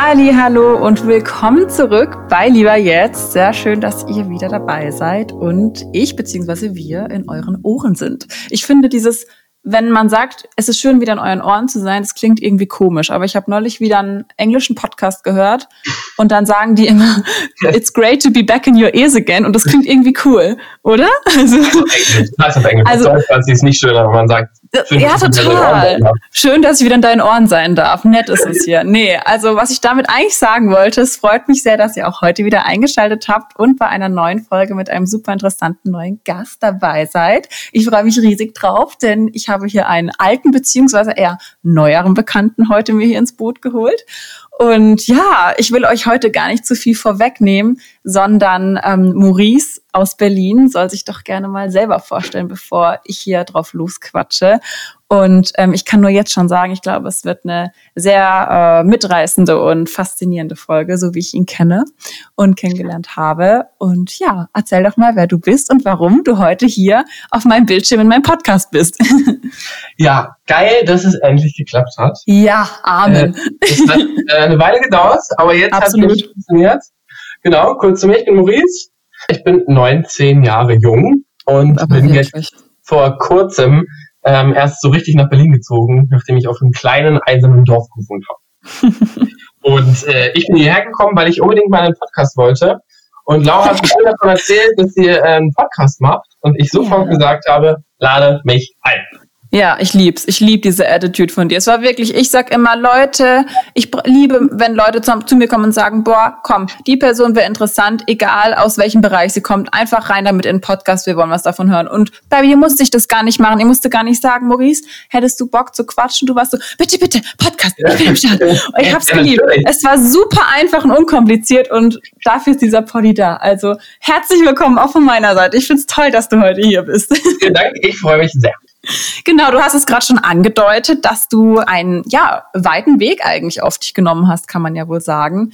Hallihallo und willkommen zurück bei Lieber Jetzt. Sehr schön, dass ihr wieder dabei seid und ich bzw. wir in euren Ohren sind. Ich finde wenn man sagt, es ist schön, wieder in euren Ohren zu sein, das klingt irgendwie komisch. Aber ich habe neulich wieder einen englischen Podcast gehört und dann sagen die immer, it's great to be back in your ears again. Und das klingt irgendwie cool, oder? Also Englisch. Also, das ist nicht schön, aber man sagt, ja, total. Schön, dass ich wieder in deinen Ohren sein darf. Nett ist es hier. Nee, also was ich damit eigentlich sagen wollte, es freut mich sehr, dass ihr auch heute wieder eingeschaltet habt und bei einer neuen Folge mit einem super interessanten neuen Gast dabei seid. Ich freue mich riesig drauf, denn ich habe hier einen alten bzw. eher neueren Bekannten heute mir hier ins Boot geholt. Und ja, ich will euch heute gar nicht zu viel vorwegnehmen, sondern Maurice aus Berlin soll sich doch gerne mal selber vorstellen, bevor ich hier drauf losquatsche. Und ich kann nur jetzt schon sagen, ich glaube, es wird eine sehr mitreißende und faszinierende Folge, so wie ich ihn kenne und kennengelernt habe. Und ja, erzähl doch mal, wer du bist und warum du heute hier auf meinem Bildschirm in meinem Podcast bist. Ja, geil, dass es endlich geklappt hat. Ja, Amen. Es hat eine Weile gedauert, aber jetzt hat es funktioniert. Genau, kurz zu mir, ich bin Maurice. Ich bin 19 Jahre jung und bin jetzt vor kurzem erst so richtig nach Berlin gezogen, nachdem ich auf einem kleinen, einsamen Dorf gewohnt habe. Und ich bin hierher gekommen, weil ich unbedingt mal einen Podcast wollte. Und Laura hat mir davon erzählt, dass sie einen Podcast macht. Und ich sofort gesagt habe, lade mich ein. Ja, ich lieb's. Ich liebe diese Attitude von dir. Es war wirklich, ich sag immer, Leute, ich liebe, wenn Leute zu mir kommen und sagen, boah, komm, die Person wäre interessant, egal aus welchem Bereich sie kommt, einfach rein damit in den Podcast, wir wollen was davon hören. Und bei mir musste ich das gar nicht machen. Ich musste gar nicht sagen, Maurice, hättest du Bock zu quatschen? Du warst so, bitte, Podcast, ich bin am Start. Und ich hab's geliebt. Es war super einfach und unkompliziert und dafür ist dieser Poddy da. Also herzlich willkommen auch von meiner Seite. Ich find's toll, dass du heute hier bist. Vielen Dank, ich freue mich sehr. Genau, du hast es gerade schon angedeutet, dass du einen weiten Weg eigentlich auf dich genommen hast, kann man ja wohl sagen.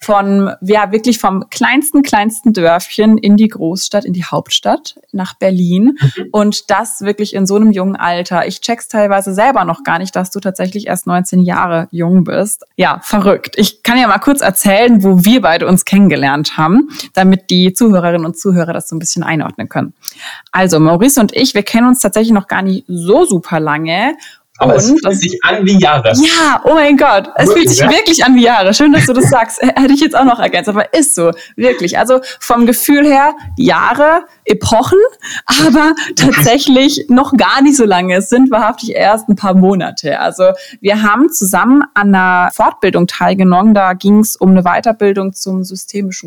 Wirklich vom kleinsten Dörfchen in die Großstadt, in die Hauptstadt, nach Berlin. Und das wirklich in so einem jungen Alter. Ich check's teilweise selber noch gar nicht, dass du tatsächlich erst 19 Jahre jung bist. Ja, verrückt. Ich kann ja mal kurz erzählen, wo wir beide uns kennengelernt haben, damit die Zuhörerinnen und Zuhörer das so ein bisschen einordnen können. Also Maurice und ich, wir kennen uns tatsächlich noch gar nicht so super lange. Aber es fühlt sich an wie Jahre. Ja, oh mein Gott, es fühlt sich wirklich an wie Jahre. Schön, dass du das sagst. Hätte ich jetzt auch noch ergänzt, aber ist so, wirklich. Also vom Gefühl her Jahre, Epochen, aber tatsächlich noch gar nicht so lange. Es sind wahrhaftig erst ein paar Monate. Also wir haben zusammen an einer Fortbildung teilgenommen. Da ging es um eine Weiterbildung zum systemischen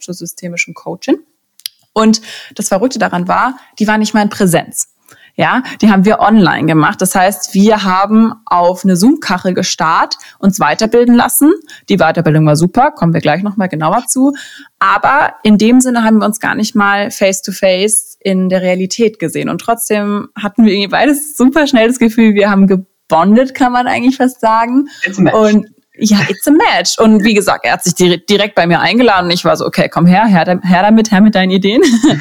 Coaching. Und das Verrückte daran war, die war nicht mal in Präsenz. Ja, die haben wir online gemacht. Das heißt, wir haben auf eine Zoom-Kachel gestarrt, uns weiterbilden lassen. Die Weiterbildung war super, kommen wir gleich nochmal genauer zu. Aber in dem Sinne haben wir uns gar nicht mal face-to-face in der Realität gesehen. Und trotzdem hatten wir irgendwie beides super schnell das Gefühl, wir haben gebondet, kann man eigentlich fast sagen. Und ja, it's a match. Und wie gesagt, er hat sich direkt bei mir eingeladen und ich war so, okay, komm her mit deinen Ideen.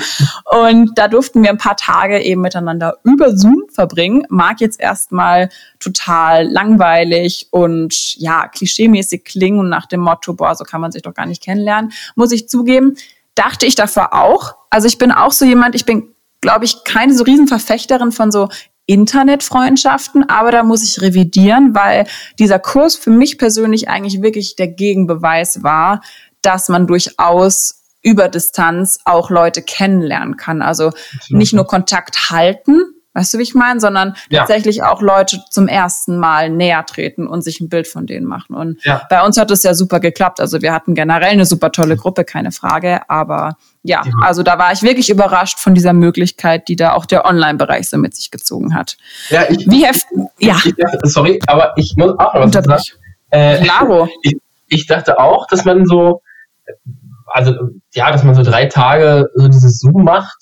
Und da durften wir ein paar Tage eben miteinander über Zoom verbringen. Mag jetzt erstmal total langweilig und ja, klischeemäßig klingen und nach dem Motto, boah, so kann man sich doch gar nicht kennenlernen. Muss ich zugeben, dachte ich davor auch. Also ich bin auch so jemand, ich bin, glaube ich, keine so Riesenverfechterin von so Internetfreundschaften, aber da muss ich revidieren, weil dieser Kurs für mich persönlich eigentlich wirklich der Gegenbeweis war, dass man durchaus über Distanz auch Leute kennenlernen kann. Also nicht nur Kontakt halten, weißt du, wie ich meine, sondern tatsächlich auch Leute zum ersten Mal näher treten und sich ein Bild von denen machen. Und bei uns hat es ja super geklappt. Also wir hatten generell eine super tolle Gruppe, keine Frage. Aber ja, also da war ich wirklich überrascht von dieser Möglichkeit, die da auch der Online-Bereich so mit sich gezogen hat. Ja, sorry, aber ich muss auch noch was sagen. Claro. Ich dachte auch, dass man so, dass man so 3 Tage so dieses Zoom macht.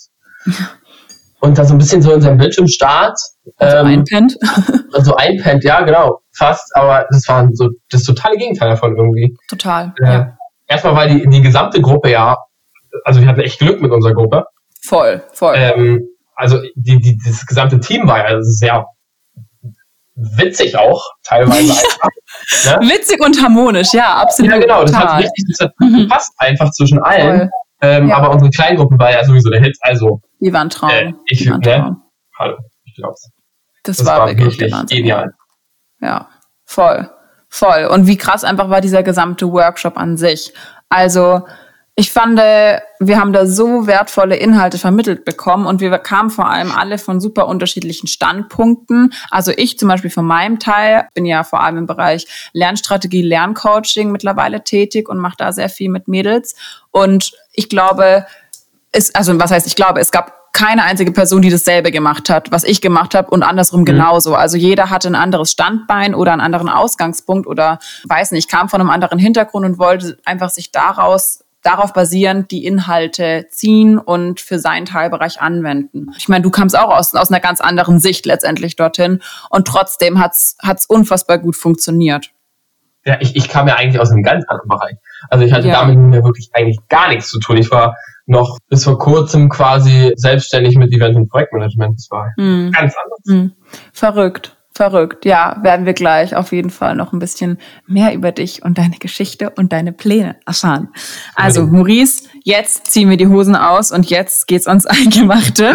Und da so ein bisschen so in seinem Bildschirm starrt. Einpennt. So einpennt, ja, genau. Fast, aber das war so das totale Gegenteil davon irgendwie. Total, Erstmal, weil die gesamte Gruppe also wir hatten echt Glück mit unserer Gruppe. Voll. Also das gesamte Team war ja sehr witzig auch, teilweise einfach. Ne? Witzig und harmonisch, ja, absolut. Ja, genau, das hat gepasst einfach zwischen allen. Aber unsere Kleingruppe war ja sowieso der Hit, also. Die waren Traum. Hallo, ich glaub's. Das war wirklich genial. Ja, voll. Und wie krass einfach war dieser gesamte Workshop an sich. Also, ich fand, wir haben da so wertvolle Inhalte vermittelt bekommen und wir kamen vor allem alle von super unterschiedlichen Standpunkten. Also ich zum Beispiel von meinem Teil bin ja vor allem im Bereich Lernstrategie, Lerncoaching mittlerweile tätig und mache da sehr viel mit Mädels. Und ich glaube, es gab keine einzige Person, die dasselbe gemacht hat, was ich gemacht habe und andersrum genauso. Also jeder hatte ein anderes Standbein oder einen anderen Ausgangspunkt oder weiß nicht, kam von einem anderen Hintergrund und wollte einfach sich darauf basierend die Inhalte ziehen und für seinen Teilbereich anwenden. Ich meine, du kamst auch aus einer ganz anderen Sicht letztendlich dorthin und trotzdem hat's unfassbar gut funktioniert. Ja, ich kam ja eigentlich aus einem ganz anderen Bereich. Also ich hatte damit wirklich eigentlich gar nichts zu tun. Ich war noch bis vor kurzem quasi selbstständig mit Event- und Projektmanagement. Das war ganz anders. Verrückt. Ja, werden wir gleich auf jeden Fall noch ein bisschen mehr über dich und deine Geschichte und deine Pläne erfahren. Also, Maurice, jetzt ziehen wir die Hosen aus und jetzt geht's ans Eingemachte.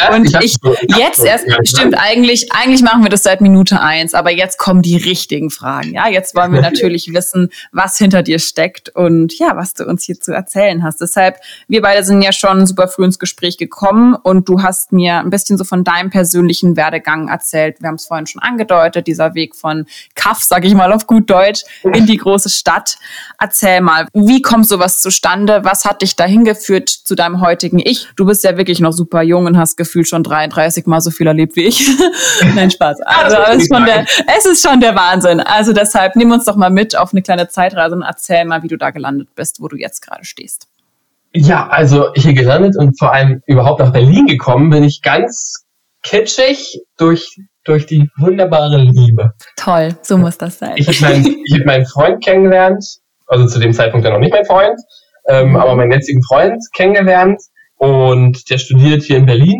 Stimmt, eigentlich machen wir das seit Minute 1, aber jetzt kommen die richtigen Fragen. Ja, jetzt wollen wir natürlich wissen, was hinter dir steckt und ja, was du uns hier zu erzählen hast. Deshalb, wir beide sind ja schon super früh ins Gespräch gekommen und du hast mir ein bisschen so von deinem persönlichen Werdegang erzählt. Wir haben es vorhin schon angedeutet, dieser Weg von Kaff, sag ich mal auf gut Deutsch, in die große Stadt. Erzähl mal, wie kommt sowas zustande? Was hat dich dahin geführt zu deinem heutigen Ich? Du bist ja wirklich noch super jung und hast gefühlt schon 33 Mal so viel erlebt wie ich. Nein, Spaß. Also es ist schon der Wahnsinn. Also deshalb nimm uns doch mal mit auf eine kleine Zeitreise und erzähl mal, wie du da gelandet bist, wo du jetzt gerade stehst. Ja, also hier gelandet und vor allem überhaupt nach Berlin gekommen bin ich ganz kitschig durch die wunderbare Liebe. Toll, so muss das sein. Ich hab meinen Freund kennengelernt, also zu dem Zeitpunkt ja noch nicht mein Freund, aber meinen jetzigen Freund kennengelernt und der studiert hier in Berlin.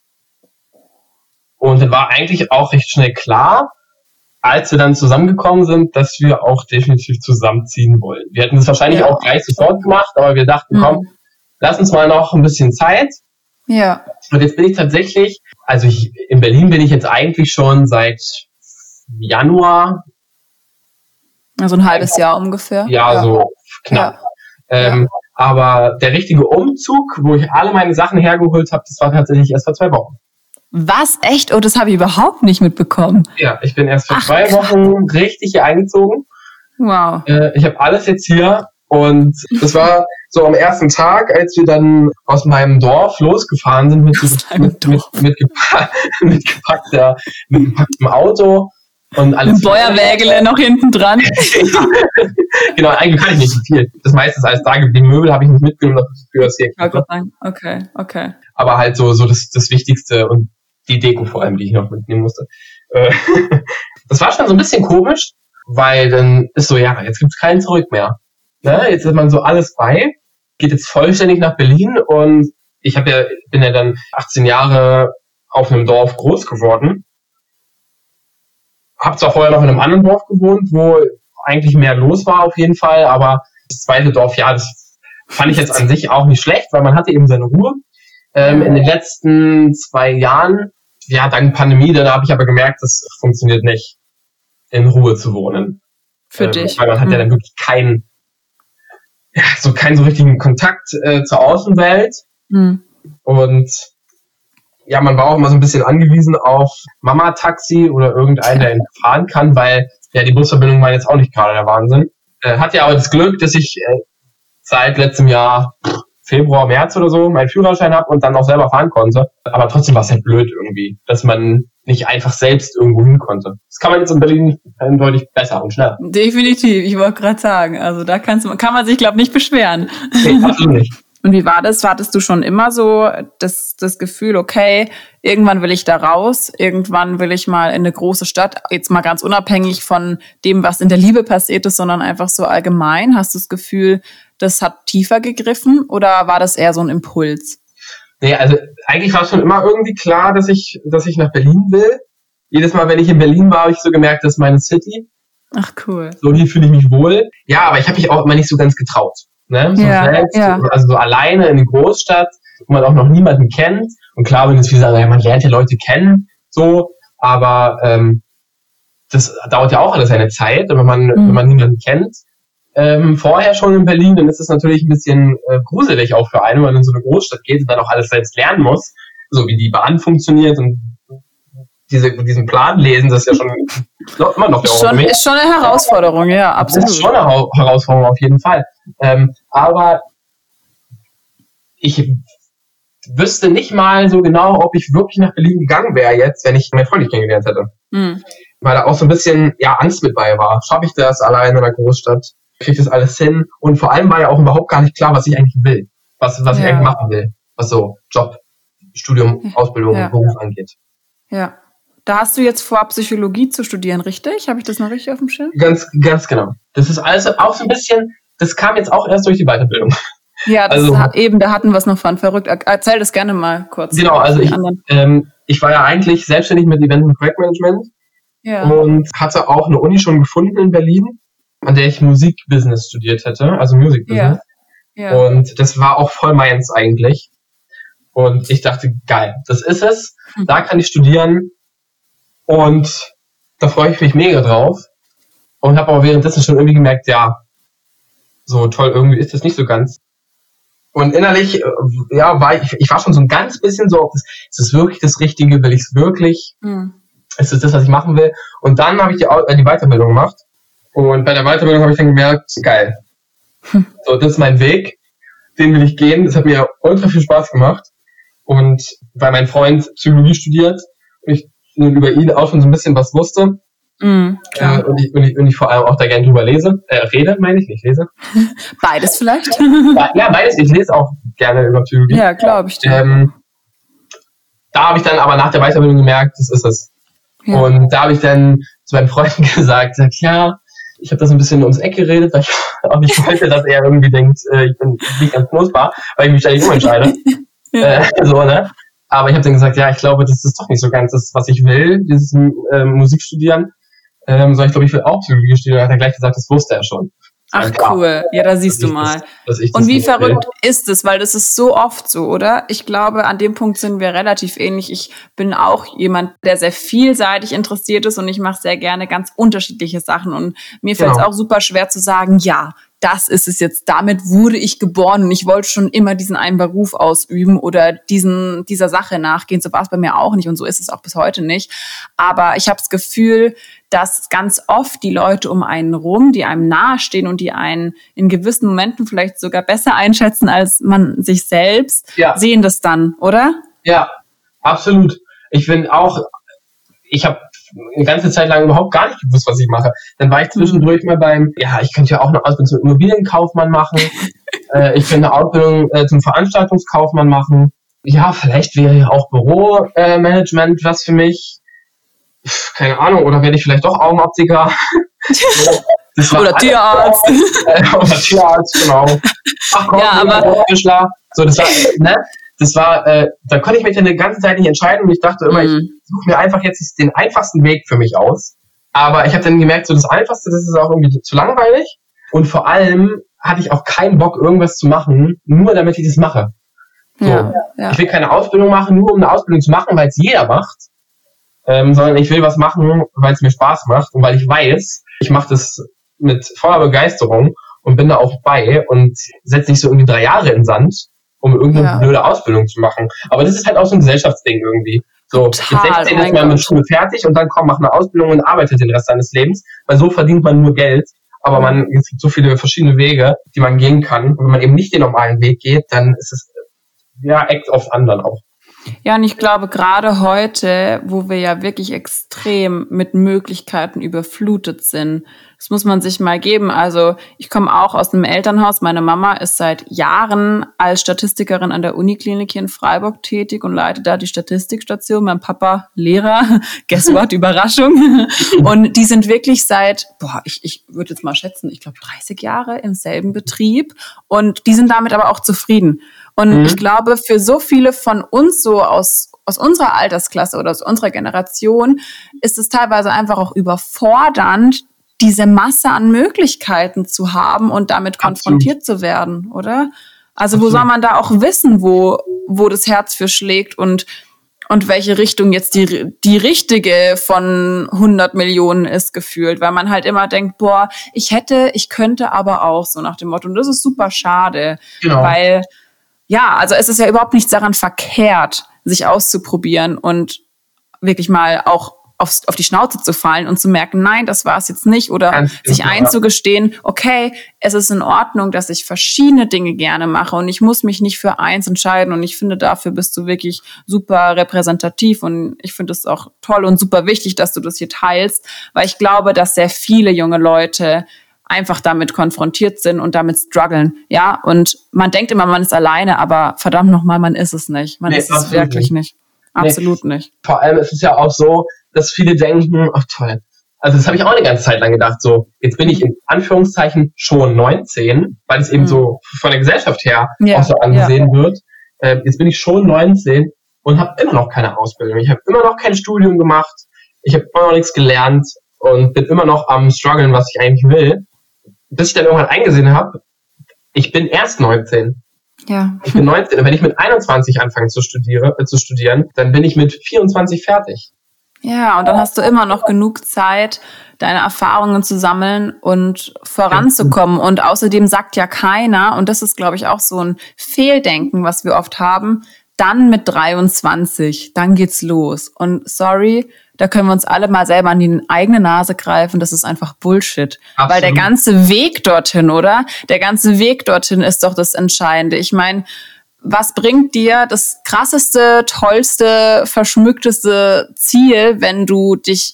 Und dann war eigentlich auch recht schnell klar, als wir dann zusammengekommen sind, dass wir auch definitiv zusammenziehen wollen. Wir hätten es wahrscheinlich auch gleich sofort gemacht, aber wir dachten, komm, lass uns mal noch ein bisschen Zeit. Ja. Und jetzt bin ich tatsächlich, in Berlin bin ich jetzt eigentlich schon seit Januar. Also ein halbes Jahr ungefähr. Ja, so knapp. Ja. Aber der richtige Umzug, wo ich alle meine Sachen hergeholt habe, das war tatsächlich erst vor 2 Wochen. Was? Echt? Oh, das habe ich überhaupt nicht mitbekommen. Ja, ich bin erst vor 2 Wochen richtig hier eingezogen. Wow. Ich habe alles jetzt hier und es war so am ersten Tag, als wir dann aus meinem Dorf losgefahren sind mit gepacktem Auto und alles. Ein Bäuerwägele noch hinten dran. Genau, eigentlich kann ich nicht so viel. Das meiste ist alles da geblieben. Möbel habe ich nicht mitgenommen, für das hier. Okay. Aber halt so das Wichtigste und die Deko vor allem, die ich noch mitnehmen musste. Das war schon so ein bisschen komisch, weil dann ist so, ja, jetzt gibt's keinen Zurück mehr. Ne? Jetzt ist man so alles bei, geht jetzt vollständig nach Berlin und ich bin ja dann 18 Jahre auf einem Dorf groß geworden. Hab zwar vorher noch in einem anderen Dorf gewohnt, wo eigentlich mehr los war auf jeden Fall, aber das zweite Dorf, ja, das fand ich jetzt an sich auch nicht schlecht, weil man hatte eben seine Ruhe. In den letzten 2 Jahren, ja, dank Pandemie, dann habe ich aber gemerkt, das funktioniert nicht, in Ruhe zu wohnen. Für dich. Weil man hat ja dann wirklich keinen so richtigen Kontakt zur Außenwelt. Und ja, man war auch immer so ein bisschen angewiesen auf Mama-Taxi oder irgendeinen, der ihn fahren kann, weil ja die Busverbindungen waren jetzt auch nicht gerade der Wahnsinn. Hatte ja aber das Glück, dass ich seit letztem Jahr Februar, März oder so meinen Führerschein habe und dann auch selber fahren konnte. Aber trotzdem war es halt blöd irgendwie, dass man nicht einfach selbst irgendwo hin konnte. Das kann man jetzt in Berlin deutlich besser und schneller. Definitiv, ich wollte gerade sagen. Also da kann man sich, glaube ich, nicht beschweren. Nee, absolut nicht. Und wie war das? Hattest du schon immer so das Gefühl, okay, irgendwann will ich da raus, irgendwann will ich mal in eine große Stadt, jetzt mal ganz unabhängig von dem, was in der Liebe passiert ist, sondern einfach so allgemein? Hast du das Gefühl, das hat tiefer gegriffen oder war das eher so ein Impuls? Nee, also eigentlich war es schon immer irgendwie klar, dass ich nach Berlin will. jedes Mal, wenn ich in Berlin war, habe ich so gemerkt, das ist meine City. Ach, cool. So, hier fühle ich mich wohl. Ja, aber ich habe mich auch immer nicht so ganz getraut. Ne? So selbst, also so alleine in eine Großstadt, wo man auch noch niemanden kennt. Und klar, wenn jetzt viele sagen, ja, man lernt ja Leute kennen, so, aber das dauert ja auch alles eine Zeit. Und wenn man niemanden kennt, vorher schon in Berlin, dann ist es natürlich ein bisschen gruselig auch für einen, wenn man in so eine Großstadt geht und dann auch alles selbst lernen muss, so wie die Bahn funktioniert und diesen Plan lesen, das ist ja schon immer noch der Horror. Ist schon eine Herausforderung, ja, absolut. Das ist schon eine Herausforderung auf jeden Fall. Aber ich wüsste nicht mal so genau, ob ich wirklich nach Berlin gegangen wäre jetzt, wenn ich meinen Freund nicht kennengelernt hätte. Weil da auch so ein bisschen Angst mit bei war. Schaffe ich das allein in einer Großstadt? Kriege ich das alles hin? Und vor allem war ja auch überhaupt gar nicht klar, was ich eigentlich will. Was ich eigentlich machen will. Was so Job, Studium, Ausbildung, Beruf angeht. Ja. Da hast du jetzt vor, Psychologie zu studieren, richtig? Habe ich das noch richtig auf dem Schirm? Ganz genau. Das ist alles auch so ein bisschen, das kam jetzt auch erst durch die Weiterbildung. Ja, das da hatten wir es noch von. Verrückt. Erzähl das gerne mal kurz. Genau, also ich war ja eigentlich selbstständig mit Event- und Projektmanagement und hatte auch eine Uni schon gefunden in Berlin, an der ich Musikbusiness studiert hätte, also Musikbusiness. Ja. Und das war auch voll meins eigentlich. Und ich dachte, geil, das ist es. Da kann ich studieren. Und da freue ich mich mega drauf. Und habe aber währenddessen schon irgendwie gemerkt, ja, so toll, irgendwie ist das nicht so ganz. Und innerlich, ich war schon so ein ganz bisschen so, ist das wirklich das Richtige? Will ich es wirklich? Ist das, was ich machen will? Und dann habe ich die Weiterbildung gemacht. Und bei der Weiterbildung habe ich dann gemerkt, geil. So, das ist mein Weg. Den will ich gehen. Das hat mir ultra viel Spaß gemacht. Und weil mein Freund Psychologie studiert und ich über ihn auch schon so ein bisschen was wusste. Klar. Und ich vor allem auch da gerne drüber rede, meine ich, nicht lese. Beides vielleicht? Ja, beides. Ich lese auch gerne über Psychologie. Ja, glaube ich dir. Da habe ich dann aber nach der Weiterbildung gemerkt, das ist es. Ja. Und da habe ich dann zu meinen Freunden gesagt, ja, ich habe das ein bisschen ums Eck geredet, weil ich auch nicht wollte, dass er irgendwie denkt, ich bin nicht ganz knusper, weil ich mich ständig umentscheide. Ne? Aber ich habe dann gesagt, ja, ich glaube, das ist doch nicht so ganz das, was ich will, dieses Musik studieren. Sondern ich glaube, ich will auch Psychologie studieren. Hat er gleich gesagt, das wusste er schon. Ach cool, ja, da siehst du mal. Und wie verrückt ist es, weil das ist so oft so, oder? Ich glaube, an dem Punkt sind wir relativ ähnlich. Ich bin auch jemand, der sehr vielseitig interessiert ist und ich mache sehr gerne ganz unterschiedliche Sachen und mir fällt es auch super schwer zu sagen, ja, das ist es jetzt, damit wurde ich geboren und ich wollte schon immer diesen einen Beruf ausüben oder dieser Sache nachgehen. So war es bei mir auch nicht und so ist es auch bis heute nicht. Aber ich habe das Gefühl, dass ganz oft die Leute um einen rum, die einem nahestehen und die einen in gewissen Momenten vielleicht sogar besser einschätzen als man sich selbst, sehen das dann, oder? Ja, absolut. Ich finde auch, ich habe eine ganze Zeit lang überhaupt gar nicht gewusst, was ich mache. Dann war ich zwischendurch mal ich könnte ja auch eine Ausbildung zum Immobilienkaufmann machen. Ich könnte eine Ausbildung zum Veranstaltungskaufmann machen. Ja, vielleicht wäre auch Büromanagement was für mich. Keine Ahnung, oder werde ich vielleicht doch Augenoptiker. Oder Tierarzt. Oder Tierarzt, genau. Ach komm, so, das war, da konnte ich mich dann eine ganze Zeit nicht entscheiden und ich dachte immer, ich suche mir einfach jetzt den einfachsten Weg für mich aus. Aber ich habe dann gemerkt, so das Einfachste, das ist auch irgendwie zu langweilig und vor allem hatte ich auch keinen Bock, irgendwas zu machen, nur damit ich das mache. So. Ich will keine Ausbildung machen, nur um eine Ausbildung zu machen, weil es jeder macht, sondern ich will was machen, weil es mir Spaß macht und weil ich weiß, ich mache das mit voller Begeisterung und bin da auch bei und setze nicht so irgendwie 3 Jahre in den Sand, um irgendeine blöde Ausbildung zu machen. Aber das ist halt auch so ein Gesellschaftsding irgendwie. So, mit 16 ist man mit Schule fertig und dann mach eine Ausbildung und arbeitet den Rest seines Lebens, weil so verdient man nur Geld. Aber es gibt so viele verschiedene Wege, die man gehen kann. Und wenn man eben nicht den normalen Weg geht, dann ist es Act of anderen auch. Ja, und ich glaube, gerade heute, wo wir ja wirklich extrem mit Möglichkeiten überflutet sind, das muss man sich mal geben. Also ich komme auch aus einem Elternhaus. Meine Mama ist seit Jahren als Statistikerin an der Uniklinik hier in Freiburg tätig und leitet da die Statistikstation. Mein Papa Lehrer, guess what, Überraschung. Und die sind wirklich seit, ich würde jetzt mal schätzen, ich glaube 30 Jahre im selben Betrieb. Und die sind damit aber auch zufrieden. Und ich glaube, für so viele von uns so aus unserer Altersklasse oder aus unserer Generation ist es teilweise einfach auch überfordernd, diese Masse an Möglichkeiten zu haben und damit konfrontiert zu werden, oder? Also wo soll man da auch wissen, wo das Herz für schlägt und welche Richtung jetzt die richtige von 100 Millionen ist gefühlt, weil man halt immer denkt, boah, ich könnte aber auch, so nach dem Motto. Und das ist super schade, weil, ja, also es ist ja überhaupt nichts daran verkehrt, sich auszuprobieren und wirklich mal auch auf die Schnauze zu fallen und zu merken, nein, das war es jetzt nicht, oder sich einzugestehen, okay, es ist in Ordnung, dass ich verschiedene Dinge gerne mache und ich muss mich nicht für eins entscheiden, und ich finde, dafür bist du wirklich super repräsentativ, und ich finde es auch toll und super wichtig, dass du das hier teilst, weil ich glaube, dass sehr viele junge Leute einfach damit konfrontiert sind und damit strugglen, ja, und man denkt immer, man ist alleine, aber verdammt nochmal, man ist es nicht, man ist es wirklich nicht. Absolut nicht. Vor allem ist es ja auch so, dass viele denken, ach toll, also das habe ich auch eine ganze Zeit lang gedacht, so, jetzt bin ich in Anführungszeichen schon 19, weil es eben so von der Gesellschaft her auch so angesehen wird. Jetzt bin ich schon 19 und habe immer noch keine Ausbildung. Ich habe immer noch kein Studium gemacht, ich habe immer noch nichts gelernt und bin immer noch am struggeln, was ich eigentlich will. Bis ich dann irgendwann eingesehen habe, ich bin erst 19. Ja. Ich bin 19, und wenn ich mit 21 anfange zu studieren, dann bin ich mit 24 fertig. Ja, und dann hast du immer noch genug Zeit, deine Erfahrungen zu sammeln und voranzukommen. Und außerdem sagt ja keiner, und das ist, glaube ich, auch so ein Fehldenken, was wir oft haben, dann mit 23, dann geht's los. Und sorry, da können wir uns alle mal selber an die eigene Nase greifen, das ist einfach Bullshit. Absolut. Weil der ganze Weg dorthin, oder? Der ganze Weg dorthin ist doch das Entscheidende. Ich meine, was bringt dir das krasseste, tollste, verschmückteste Ziel, wenn du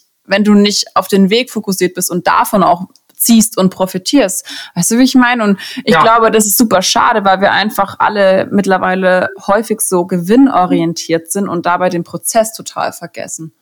nicht auf den Weg fokussiert bist und davon auch ziehst und profitierst? Weißt du, wie ich meine? Und ich glaube, das ist super schade, weil wir einfach alle mittlerweile häufig so gewinnorientiert sind und dabei den Prozess total vergessen.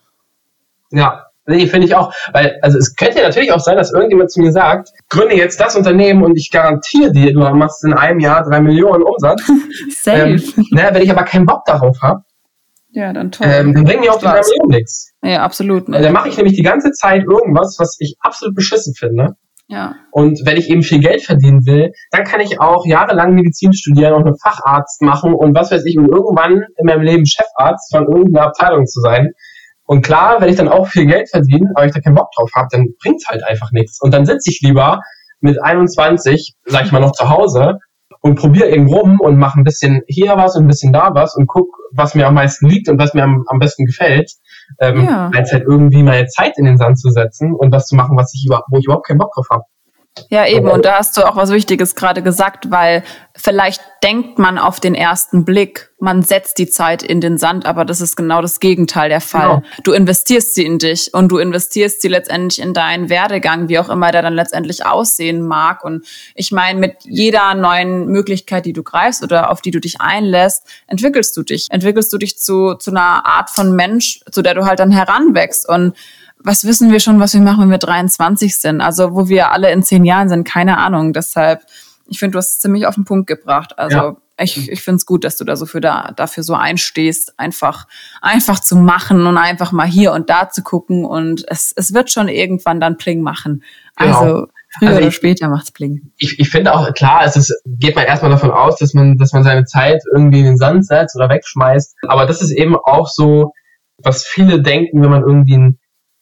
Ja, nee, finde ich auch. Weil, also es könnte ja natürlich auch sein, dass irgendjemand zu mir sagt, gründe jetzt das Unternehmen und ich garantiere dir, du machst in einem Jahr 3 Millionen Umsatz. Safe. Wenn ich aber keinen Bock darauf habe, ja, dann toll. Dann bringen mir auch die 3 Millionen nichts. Ja, absolut nicht. Dann mache ich nämlich die ganze Zeit irgendwas, was ich absolut beschissen finde. Ja. Und wenn ich eben viel Geld verdienen will, dann kann ich auch jahrelang Medizin studieren und einen Facharzt machen und was weiß ich, und irgendwann in meinem Leben Chefarzt von irgendeiner Abteilung zu sein. Und klar, wenn ich dann auch viel Geld verdiene, aber ich da keinen Bock drauf habe, dann bringt's halt einfach nichts. Und dann sitze ich lieber mit 21, sag ich mal, noch zu Hause und probiere eben rum und mache ein bisschen hier was und ein bisschen da was und guck, was mir am meisten liegt und was mir am besten gefällt. Als halt irgendwie meine Zeit in den Sand zu setzen und was zu machen, wo ich überhaupt keinen Bock drauf habe. Ja, eben. Und da hast du auch was Wichtiges gerade gesagt, weil vielleicht denkt man auf den ersten Blick, man setzt die Zeit in den Sand, aber das ist genau das Gegenteil der Fall. Genau. Du investierst sie in dich und du investierst sie letztendlich in deinen Werdegang, wie auch immer der dann letztendlich aussehen mag. Und ich meine, mit jeder neuen Möglichkeit, die du greifst oder auf die du dich einlässt, entwickelst du dich zu einer Art von Mensch, zu der du halt dann heranwächst. Und was wissen wir schon, was wir machen, wenn wir 23 sind? Also wo wir alle in 10 Jahren sind, keine Ahnung. Deshalb, ich finde, du hast es ziemlich auf den Punkt gebracht. Also ich finde es gut, dass du da so dafür so einstehst, einfach zu machen und einfach mal hier und da zu gucken. Und es wird schon irgendwann dann Pling machen. Also genau. Früher oder später macht's Pling. Ich finde auch, klar, geht man erstmal davon aus, dass man seine Zeit irgendwie in den Sand setzt oder wegschmeißt. Aber das ist eben auch so, was viele denken, wenn man irgendwie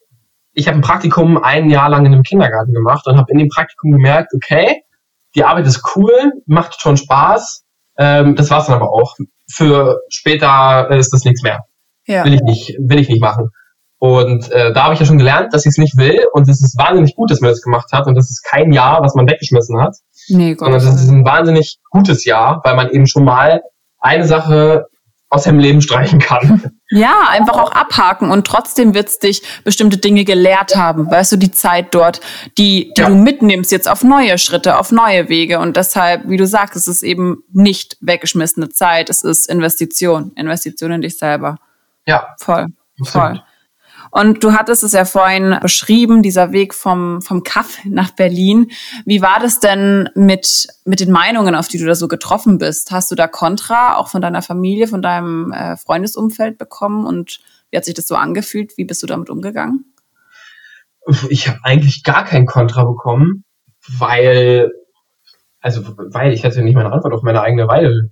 ich habe ein Praktikum 1 Jahr lang in einem Kindergarten gemacht und habe in dem Praktikum gemerkt, okay, die Arbeit ist cool, macht schon Spaß, das war's dann aber auch. Für später ist das nichts mehr. Ja. Will ich nicht machen. Und da habe ich ja schon gelernt, dass ich es nicht will, und es ist wahnsinnig gut, dass man das gemacht hat, und das ist kein Jahr, was man weggeschmissen hat, sondern das ist ein wahnsinnig gutes Jahr, weil man eben schon mal eine Sache aus seinem Leben streichen kann. Ja, einfach auch abhaken, und trotzdem wird's dich bestimmte Dinge gelehrt haben. Weißt du, die Zeit dort, die du mitnimmst jetzt auf neue Schritte, auf neue Wege, und deshalb, wie du sagst, es ist eben nicht weggeschmissene Zeit, es ist Investition in dich selber. Ja. Voll. Und du hattest es ja vorhin beschrieben, dieser Weg vom Kaff nach Berlin. Wie war das denn mit den Meinungen, auf die du da so getroffen bist? Hast du da Kontra auch von deiner Familie, von deinem Freundesumfeld bekommen? Und wie hat sich das so angefühlt? Wie bist du damit umgegangen? Ich habe eigentlich gar kein Kontra bekommen, weil ich hatte nicht meine Antwort auf mein eigenes Weil,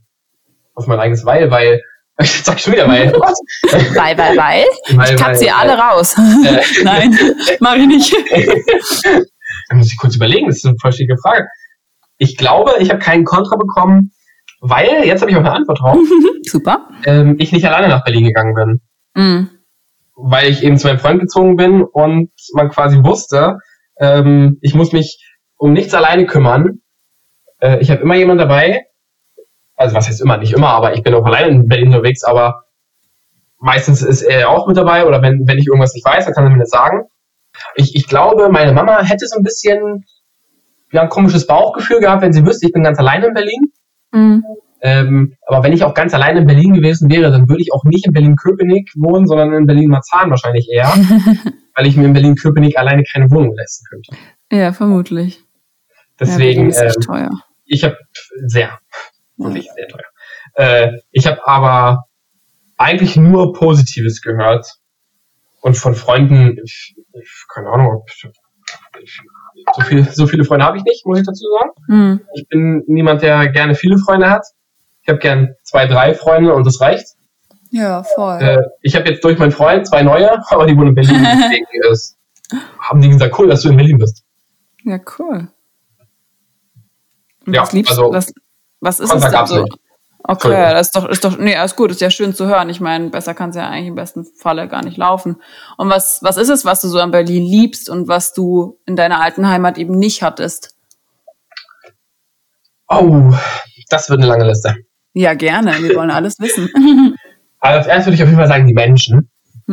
ich sag schon wieder Weil. Weil? Ich katze sie alle raus. Nein, mach ich nicht. Da muss ich kurz überlegen, das ist eine voll schwierige Frage. Ich glaube, ich habe keinen Kontra bekommen, weil, jetzt habe ich auch eine Antwort drauf. Super. Ich nicht alleine nach Berlin gegangen bin. Mhm. Weil ich eben zu meinem Freund gezogen bin und man quasi wusste, ich muss mich um nichts alleine kümmern. Ich habe immer jemanden dabei. Also was heißt immer, nicht immer, aber ich bin auch alleine in Berlin unterwegs, aber meistens ist er auch mit dabei oder wenn ich irgendwas nicht weiß, dann kann er mir das sagen. Ich glaube, meine Mama hätte so ein bisschen ein komisches Bauchgefühl gehabt, wenn sie wüsste, ich bin ganz alleine in Berlin. Mhm. Aber wenn ich auch ganz alleine in Berlin gewesen wäre, dann würde ich auch nicht in Berlin-Köpenick wohnen, sondern in Berlin-Marzahn wahrscheinlich eher, weil ich mir in Berlin-Köpenick alleine keine Wohnung leisten könnte. Ja, vermutlich. Deswegen, ja, ist teuer. Ich habe wirklich sehr teuer. Ich habe aber eigentlich nur Positives gehört und von Freunden, keine Ahnung, so viele Freunde habe ich nicht, muss ich dazu sagen. Mhm. Ich bin niemand, der gerne viele Freunde hat. Ich habe gern 2, 3 Freunde und das reicht. Ja, voll. Ich habe jetzt durch meinen Freund 2 neue, aber die wohnen in Berlin. Deswegen haben die gesagt, cool, dass du in Berlin bist. Ja, cool. Und ja, was liebst also, du? Was ist es denn so? Nicht. Okay, das ist doch, alles gut, ist ja schön zu hören. Ich meine, besser kann es ja eigentlich im besten Falle gar nicht laufen. Und was ist es, was du so an Berlin liebst und was du in deiner alten Heimat eben nicht hattest? Oh, das wird eine lange Liste. Ja, gerne. Wir wollen alles wissen. Also als erstes würde ich auf jeden Fall sagen, die Menschen.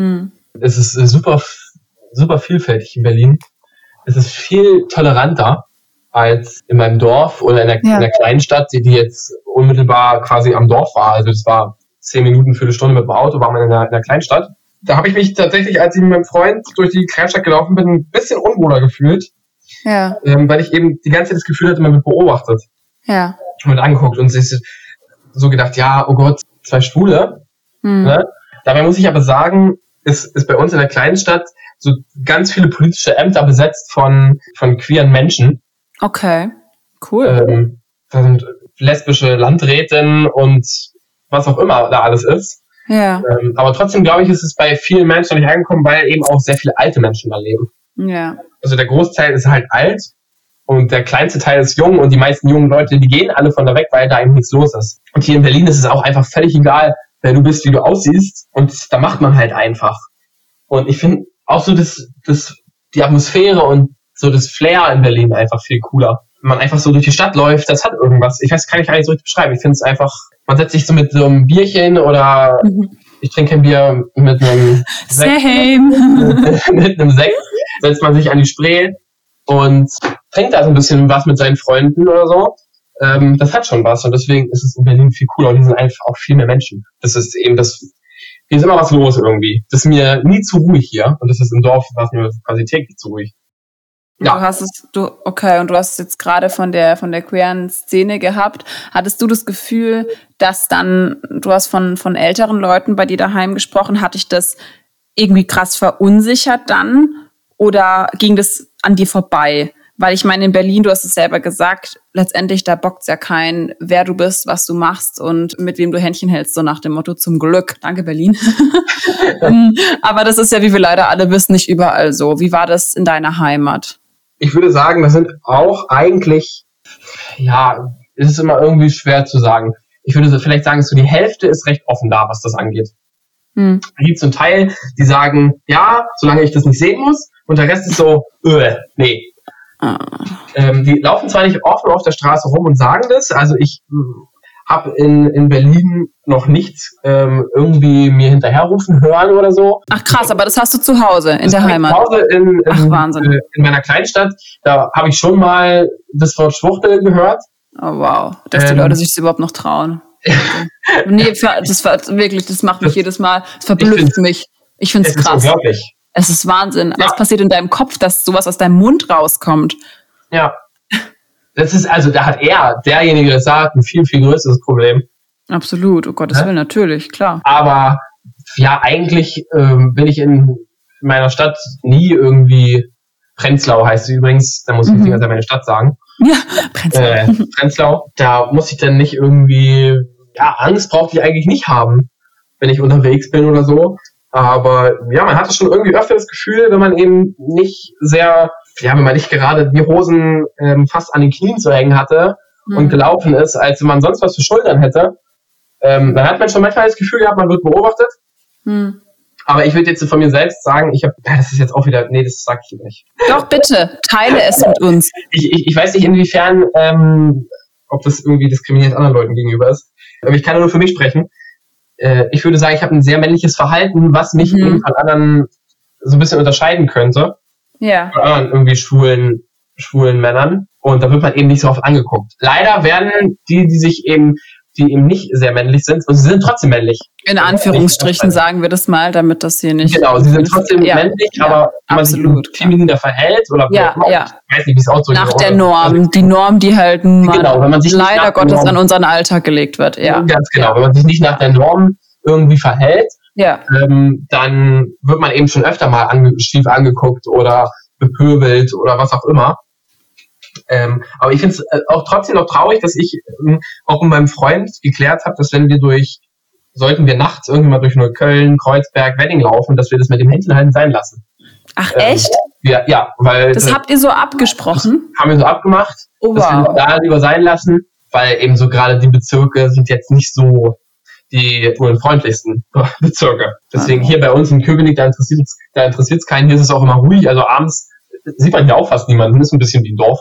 Es ist super, super vielfältig in Berlin. Es ist viel toleranter als in meinem Dorf oder in einer kleinen Stadt, die jetzt unmittelbar quasi am Dorf war. Also das war 10 Minuten, Viertelstunde mit dem Auto, war man in einer Kleinstadt. Da habe ich mich tatsächlich, als ich mit meinem Freund durch die Kleinstadt gelaufen bin, ein bisschen unwohler gefühlt. Ja. Weil ich eben die ganze Zeit das Gefühl hatte, man wird beobachtet. Ja. Und angeguckt und sich so gedacht, ja, oh Gott, 2 Schwule. Ne? Dabei muss ich aber sagen, ist bei uns in der kleinen Stadt so ganz viele politische Ämter besetzt von queeren Menschen. Okay, cool. Da sind lesbische Landrätinnen und was auch immer da alles ist. Ja. Aber trotzdem, glaube ich, ist es bei vielen Menschen noch nicht angekommen, weil eben auch sehr viele alte Menschen da leben. Ja. Also der Großteil ist halt alt und der kleinste Teil ist jung und die meisten jungen Leute, die gehen alle von da weg, weil da eben nichts los ist. Und hier in Berlin ist es auch einfach völlig egal, wer du bist, wie du aussiehst und da macht man halt einfach. Und ich finde auch so die Atmosphäre und so das Flair in Berlin einfach viel cooler. Wenn man einfach so durch die Stadt läuft, das hat irgendwas. Ich weiß, kann ich gar nicht so richtig beschreiben. Ich finde es einfach, man setzt sich so mit so einem Bierchen oder ich trinke kein Bier mit einem Sekt. Mit einem Sekt setzt man sich an die Spree und trinkt da so ein bisschen was mit seinen Freunden oder so. Das hat schon was und deswegen ist es in Berlin viel cooler und hier sind einfach auch viel mehr Menschen. Das ist eben hier ist immer was los irgendwie. Das ist mir nie zu ruhig hier und das ist im Dorf, was mir quasi täglich zu ruhig. Ja. Und du hast es jetzt gerade von der queeren Szene gehabt. Hattest du das Gefühl, dass du hast von älteren Leuten bei dir daheim gesprochen, hat dich das irgendwie krass verunsichert dann oder ging das an dir vorbei? Weil ich meine, in Berlin, du hast es selber gesagt, letztendlich, da bockt's ja kein, wer du bist, was du machst und mit wem du Händchen hältst, so nach dem Motto, zum Glück. Danke, Berlin. Aber das ist ja, wie wir leider alle wissen, nicht überall so. Wie war das in deiner Heimat? Ich würde sagen, das sind auch eigentlich, es ist immer irgendwie schwer zu sagen. Ich würde vielleicht sagen, so die Hälfte ist recht offen da, was das angeht. Da gibt es einen Teil, die sagen, ja, solange ich das nicht sehen muss, und der Rest ist so, nee. Die laufen zwar nicht offen auf der Straße rum und sagen das, also ich habe in Berlin noch nichts irgendwie mir hinterherrufen hören oder so. Ach krass, aber das hast du zu Hause in der Heimat? Zu Hause Wahnsinn. In meiner Kleinstadt, da habe ich schon mal das Wort Schwuchtel gehört. Oh wow, dass die Leute sich das überhaupt noch trauen. Nee, das macht mich jedes Mal, es verblüfft mich. Ich finde es krass. Unglaublich. Es ist Wahnsinn. Ja. Was passiert in deinem Kopf, dass sowas aus deinem Mund rauskommt? Ja. Das ist, also da hat derjenige, der das sagt, ein viel, viel größeres Problem. Absolut, um Gottes Willen, natürlich, klar. Aber ja, eigentlich bin ich in meiner Stadt nie irgendwie, Prenzlau heißt sie übrigens, da muss ich nicht ganz meine Stadt sagen. Ja, Prenzlau. Prenzlau, da muss ich dann nicht irgendwie, Angst brauche ich eigentlich nicht haben, wenn ich unterwegs bin oder so. Aber ja, man hatte schon irgendwie öfter das Gefühl, wenn man eben nicht wenn man nicht gerade die Hosen fast an den Knien zu hängen hatte und gelaufen ist, als wenn man sonst was für Schultern hätte, dann hat man schon manchmal das Gefühl gehabt, man wird beobachtet. Aber ich würde jetzt von mir selbst sagen, das ist jetzt auch wieder, nee, das sag ich nicht. Doch, bitte, teile es mit uns. Ich weiß nicht, inwiefern, ob das irgendwie diskriminierend anderen Leuten gegenüber ist. Aber ich kann nur für mich sprechen. Ich würde sagen, ich habe ein sehr männliches Verhalten, was mich eben von anderen so ein bisschen unterscheiden könnte. Ja. Von anderen irgendwie schwulen Männern. Und da wird man eben nicht so oft angeguckt. Leider werden die eben nicht sehr männlich sind, und sie sind trotzdem männlich. In Anführungsstrichen sagen wir das mal, damit das hier nicht... Genau, sie sind trotzdem männlich, aber wenn man sich femininer verhält oder ich weiß nicht, wie es aussieht. Nach der Norm, die Norm, die halt wenn man sich leider Gottes an unseren Alltag gelegt wird. Ja. Ganz genau, wenn man sich nicht nach der Norm irgendwie verhält, dann wird man eben schon öfter mal schief angeguckt oder bepöbelt oder was auch immer. Aber ich finde es auch trotzdem noch traurig, dass ich auch mit meinem Freund geklärt habe, dass sollten wir nachts irgendwann mal durch Neukölln, Kreuzberg, Wedding laufen, dass wir das mit dem Händchen halten sein lassen. Ach echt? Ja, weil... Das habt ihr so abgesprochen? Haben wir so abgemacht, dass wir das da lieber sein lassen, weil eben so gerade die Bezirke sind jetzt nicht so die freundlichsten Bezirke. Deswegen hier bei uns in Köpenick, da interessiert es keinen, hier ist es auch immer ruhig, also abends sieht man hier auch fast niemanden, ist ein bisschen wie ein Dorf.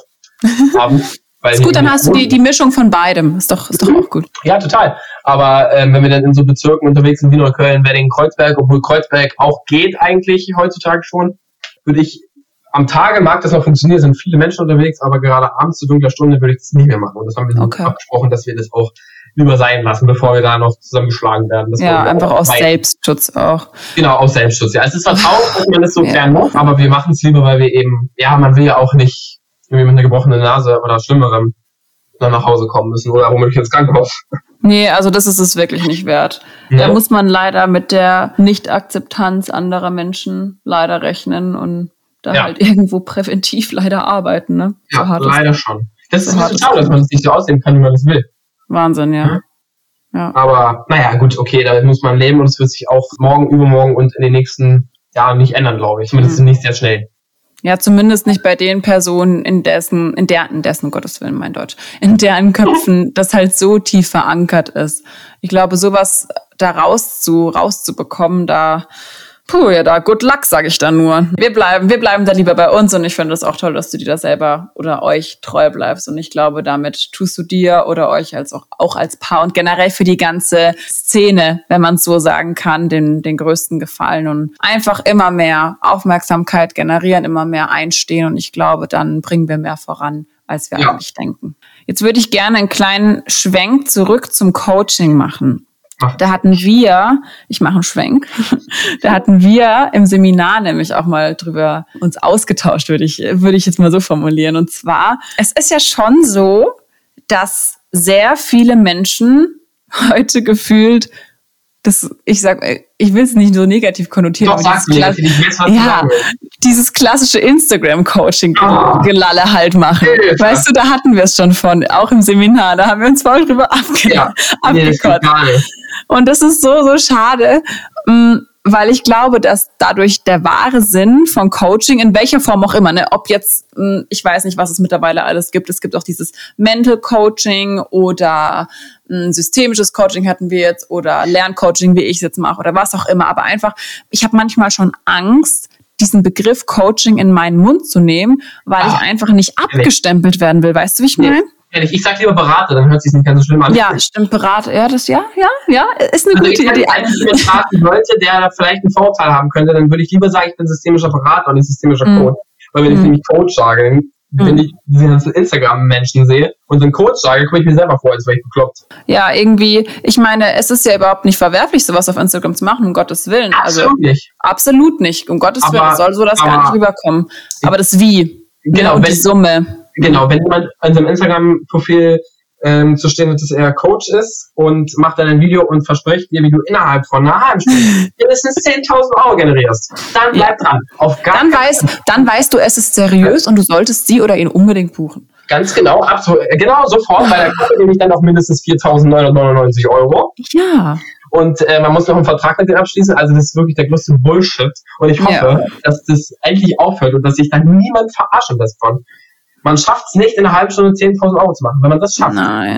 Ist gut, dann hast du die Mischung von beidem. Ist doch auch gut. Ja, total. Aber wenn wir dann in so Bezirken unterwegs sind wie Neukölln, Wedding, Kreuzberg, obwohl Kreuzberg auch geht eigentlich heutzutage schon, würde ich am Tage mag das noch funktionieren, sind viele Menschen unterwegs, aber gerade abends zu dunkler Stunde würde ich das nicht mehr machen. Und das haben wir abgesprochen, dass wir das auch lieber sein lassen, bevor wir da noch zusammengeschlagen werden. Das einfach aus Selbstschutz auch. Genau, aus Selbstschutz, ja. Es ist vertraut, dass man das so gern macht, aber wir machen es lieber, weil wir eben, man will ja auch nicht irgendwie mit einer gebrochenen Nase oder Schlimmerem dann nach Hause kommen müssen oder womöglich ins Krankenhaus. Nee, also das ist es wirklich nicht wert. Ja. Da muss man leider mit der Nicht-Akzeptanz anderer Menschen leider rechnen und da halt irgendwo präventiv leider arbeiten. Ne? Ja, so leider schon. Das ist so schade, dass man es nicht so aussehen kann, wie man es will. Wahnsinn, ja. Aber naja, gut, okay, damit muss man leben und es wird sich auch morgen, übermorgen und in den nächsten Jahren nicht ändern, glaube ich. Zumindest nicht sehr schnell. Ja, zumindest nicht bei den Personen, in deren Gottes Willen, mein Deutsch, in deren Köpfen das halt so tief verankert ist. Ich glaube, sowas da rauszubekommen, good luck, sage ich da nur. Wir bleiben da lieber bei uns und ich finde das auch toll, dass du dir da selber oder euch treu bleibst und ich glaube, damit tust du dir oder euch auch als Paar und generell für die ganze Szene, wenn man es so sagen kann, den größten Gefallen und einfach immer mehr Aufmerksamkeit generieren, immer mehr einstehen und ich glaube, dann bringen wir mehr voran, als wir eigentlich denken. Jetzt würde ich gerne einen kleinen Schwenk zurück zum Coaching machen. Da hatten wir, ich mache einen Schwenk, im Seminar nämlich auch mal drüber uns ausgetauscht, würde ich jetzt mal so formulieren. Und zwar, es ist ja schon so, dass sehr viele Menschen heute gefühlt, ich will es nicht so negativ konnotieren. Doch, dieses klassische Instagram-Coaching-Gelalle halt machen. Ja. Weißt du, da hatten wir es schon von, auch im Seminar, da haben wir uns voll drüber abgekotzt. Und das ist so, so schade, weil ich glaube, dass dadurch der wahre Sinn von Coaching, in welcher Form auch immer, ne, ob jetzt, ich weiß nicht, was es mittlerweile alles gibt, es gibt auch dieses Mental Coaching oder systemisches Coaching hatten wir jetzt oder Lerncoaching, wie ich es jetzt mache oder was auch immer, aber einfach, ich habe manchmal schon Angst, diesen Begriff Coaching in meinen Mund zu nehmen, weil ich einfach nicht abgestempelt werden will, weißt du, wie ich meine? Ich sag lieber Berater, dann hört es sich nicht ganz so schlimm an. Ja, stimmt, Berater, ist eine gute Idee. Wenn ich beraten sollte, der da vielleicht einen Vorteil haben könnte, dann würde ich lieber sagen, ich bin systemischer Berater und nicht systemischer Coach. Weil wenn ich nämlich Coach sage, wenn ich diese ganzen Instagram-Menschen sehe und so einen Coach sage, komme ich mir selber vor, als wäre ich bekloppt. Ja, irgendwie, ich meine, es ist ja überhaupt nicht verwerflich, sowas auf Instagram zu machen, um Gottes Willen. Absolut nicht. Absolut nicht, um Gottes Willen. Es soll so das gar nicht rüberkommen. Aber das Wie. Genau, und die Summe. Genau, wenn jemand an seinem Instagram-Profil zu stehen hat, dass er Coach ist und macht dann ein Video und verspricht dir, wie du innerhalb von einer halben Stunde mindestens 10.000 Euro generierst, dann bleib dran. Dann weißt du, es ist seriös und du solltest sie oder ihn unbedingt buchen. Ganz genau, absolut, genau sofort, weil der Kunde nämlich dann auch mindestens 4.999 Euro. Ja. Und man muss noch einen Vertrag mit denen abschließen, also das ist wirklich der größte Bullshit. Und ich hoffe, dass das endlich aufhört und dass sich dann niemand verarschen lässt von. Man schafft es nicht, in einer halben Stunde 10.000 Euro zu machen. Wenn man das schafft,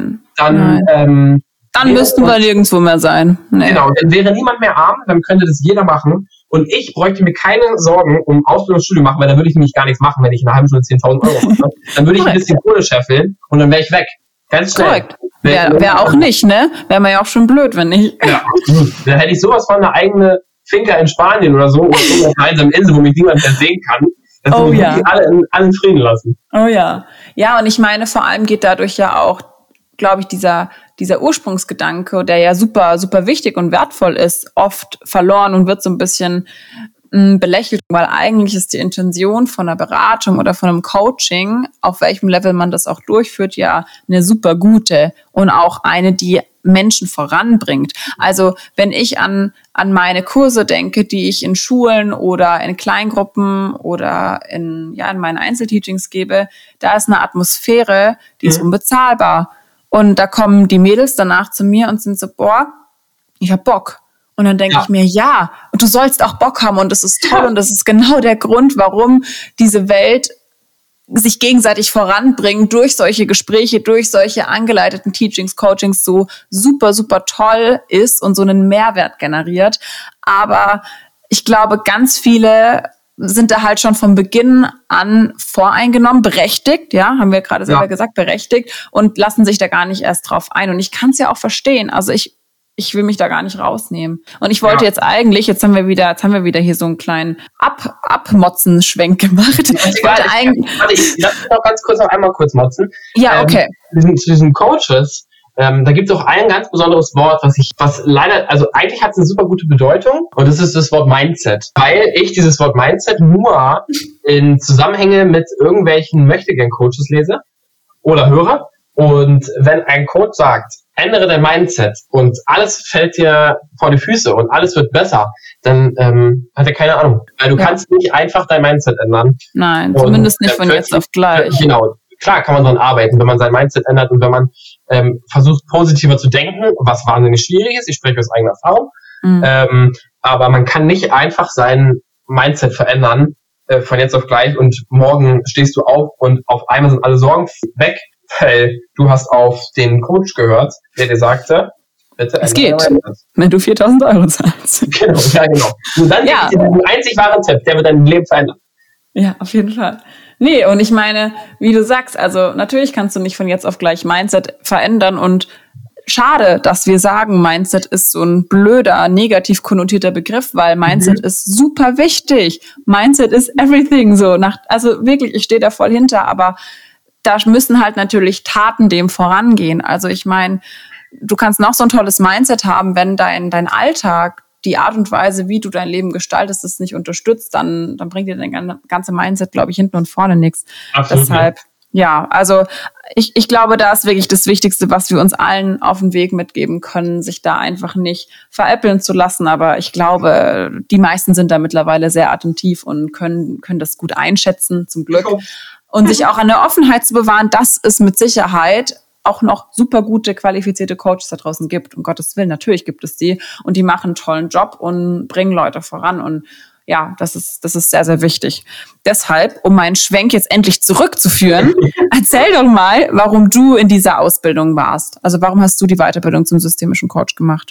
dann müssten wir nirgendwo mehr sein. Nee. Genau, dann wäre niemand mehr arm, dann könnte das jeder machen. Und ich bräuchte mir keine Sorgen um Ausbildungsstudium machen, weil dann würde ich nämlich gar nichts machen, wenn ich in einer halben Stunde 10.000 Euro mache. Dann würde ich ein bisschen Kohle scheffeln und dann wäre ich weg. Ganz schnell. Korrekt. Wäre auch nicht, ne? Wäre mir ja auch schon blöd, wenn nicht. Ja, dann hätte ich sowas von eine eigene Finca in Spanien oder so, oder so eine einsame Insel, wo mich niemand mehr sehen kann. Das alle in Frieden lassen. Oh ja. Ja, und ich meine, vor allem geht dadurch ja auch, glaube ich, dieser Ursprungsgedanke, der ja super, super wichtig und wertvoll ist, oft verloren und wird so ein bisschen belächelt, weil eigentlich ist die Intention von einer Beratung oder von einem Coaching, auf welchem Level man das auch durchführt, ja eine super gute und auch eine, die Menschen voranbringt. Also wenn ich an meine Kurse denke, die ich in Schulen oder in Kleingruppen oder in meinen Einzelteachings gebe, da ist eine Atmosphäre, die ist unbezahlbar. Und da kommen die Mädels danach zu mir und sind so, boah, ich hab Bock. Und dann denke ich mir, ja, und du sollst auch Bock haben und das ist toll und das ist genau der Grund, warum diese Welt sich gegenseitig voranbringen durch solche Gespräche, durch solche angeleiteten Teachings, Coachings so super, super toll ist und so einen Mehrwert generiert. Aber ich glaube, ganz viele sind da halt schon von Beginn an voreingenommen, berechtigt, ja, haben wir gerade selber gesagt, berechtigt und lassen sich da gar nicht erst drauf ein. Und ich kann es ja auch verstehen. Also ich will mich da gar nicht rausnehmen. Und ich wollte jetzt eigentlich, jetzt haben wir wieder hier so einen kleinen Abmotzen-Schwenk gemacht. Warte, ich lass mich noch ganz kurz motzen. Ja, okay. Zu diesen Coaches, da gibt es auch ein ganz besonderes Wort, was leider, also eigentlich hat es eine super gute Bedeutung und das ist das Wort Mindset. Weil ich dieses Wort Mindset nur in Zusammenhänge mit irgendwelchen Möchtegern-Coaches lese oder höre. Und wenn ein Coach sagt, ändere dein Mindset und alles fällt dir vor die Füße und alles wird besser, dann hat er keine Ahnung. Weil du kannst nicht einfach dein Mindset ändern. Nein, zumindest nicht von jetzt auf gleich. Genau. Klar kann man daran arbeiten, wenn man sein Mindset ändert und wenn man versucht, positiver zu denken, was wahnsinnig schwierig ist. Ich spreche aus eigener Erfahrung. Aber man kann nicht einfach sein Mindset verändern von jetzt auf gleich und morgen stehst du auf und auf einmal sind alle Sorgen weg. Weil du hast auf den Coach gehört, der dir sagte, bitte. Es geht, wenn du 4.000 Euro zahlst. Genau. Und dann gibt es dir den einzig wahren Tipp, der wird dein Leben verändern. Ja, auf jeden Fall. Nee, und ich meine, wie du sagst, also natürlich kannst du nicht von jetzt auf gleich Mindset verändern und schade, dass wir sagen, Mindset ist so ein blöder, negativ konnotierter Begriff, weil Mindset ist super wichtig. Mindset is everything, also wirklich, ich stehe da voll hinter, aber da müssen halt natürlich Taten dem vorangehen. Also ich meine, du kannst noch so ein tolles Mindset haben, wenn dein Alltag, die Art und Weise, wie du dein Leben gestaltest, das nicht unterstützt, dann bringt dir dein ganze Mindset, glaube ich, hinten und vorne nichts. Absolut. Deshalb, also ich glaube, da ist wirklich das Wichtigste, was wir uns allen auf den Weg mitgeben können, sich da einfach nicht veräppeln zu lassen. Aber ich glaube, die meisten sind da mittlerweile sehr attentiv und können das gut einschätzen, zum Glück. Und sich auch an der Offenheit zu bewahren, dass es mit Sicherheit auch noch super gute, qualifizierte Coaches da draußen gibt. Um Gottes Willen, natürlich gibt es die. Und die machen einen tollen Job und bringen Leute voran. Und ja, das ist sehr, sehr wichtig. Deshalb, um meinen Schwenk jetzt endlich zurückzuführen, erzähl doch mal, warum du in dieser Ausbildung warst. Also warum hast du die Weiterbildung zum systemischen Coach gemacht?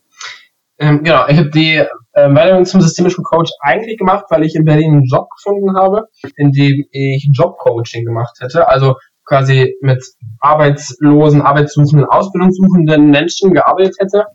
Genau, ich habe die Weiterbildung zum systemischen Coach eigentlich gemacht, weil ich in Berlin einen Job gefunden habe, in dem ich Jobcoaching gemacht hätte. Also quasi mit arbeitslosen, arbeitssuchenden, ausbildungssuchenden Menschen gearbeitet hätte,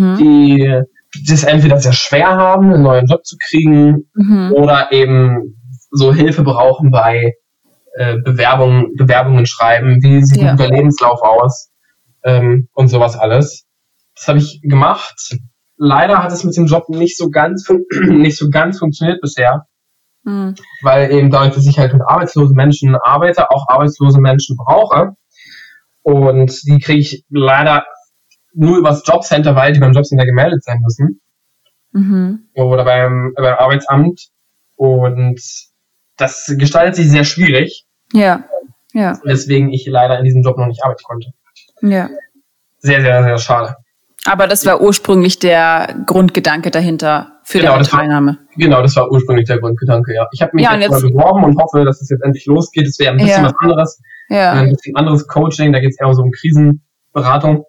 die das entweder sehr schwer haben, einen neuen Job zu kriegen oder eben so Hilfe brauchen bei Bewerbungen schreiben, wie sieht ein guter Lebenslauf aus und sowas alles. Das habe ich gemacht. Leider hat es mit dem Job nicht so ganz funktioniert bisher, weil eben dadurch, dass ich halt mit arbeitslosen Menschen arbeite, auch arbeitslose Menschen brauche. Und die kriege ich leider nur übers Jobcenter, weil die beim Jobcenter gemeldet sein müssen. Oder beim Arbeitsamt. Und das gestaltet sich sehr schwierig. Ja. Deswegen ich leider in diesem Job noch nicht arbeiten konnte. Ja. Sehr, sehr, sehr schade. Aber das war ursprünglich der Grundgedanke dahinter für deine Teilnahme. Genau, das war ursprünglich der Grundgedanke, ja. Ich habe mich jetzt mal beworben und hoffe, dass es jetzt endlich losgeht. Es wäre ein bisschen was anderes. Ein bisschen anderes Coaching, da geht es eher so um Krisenberatung.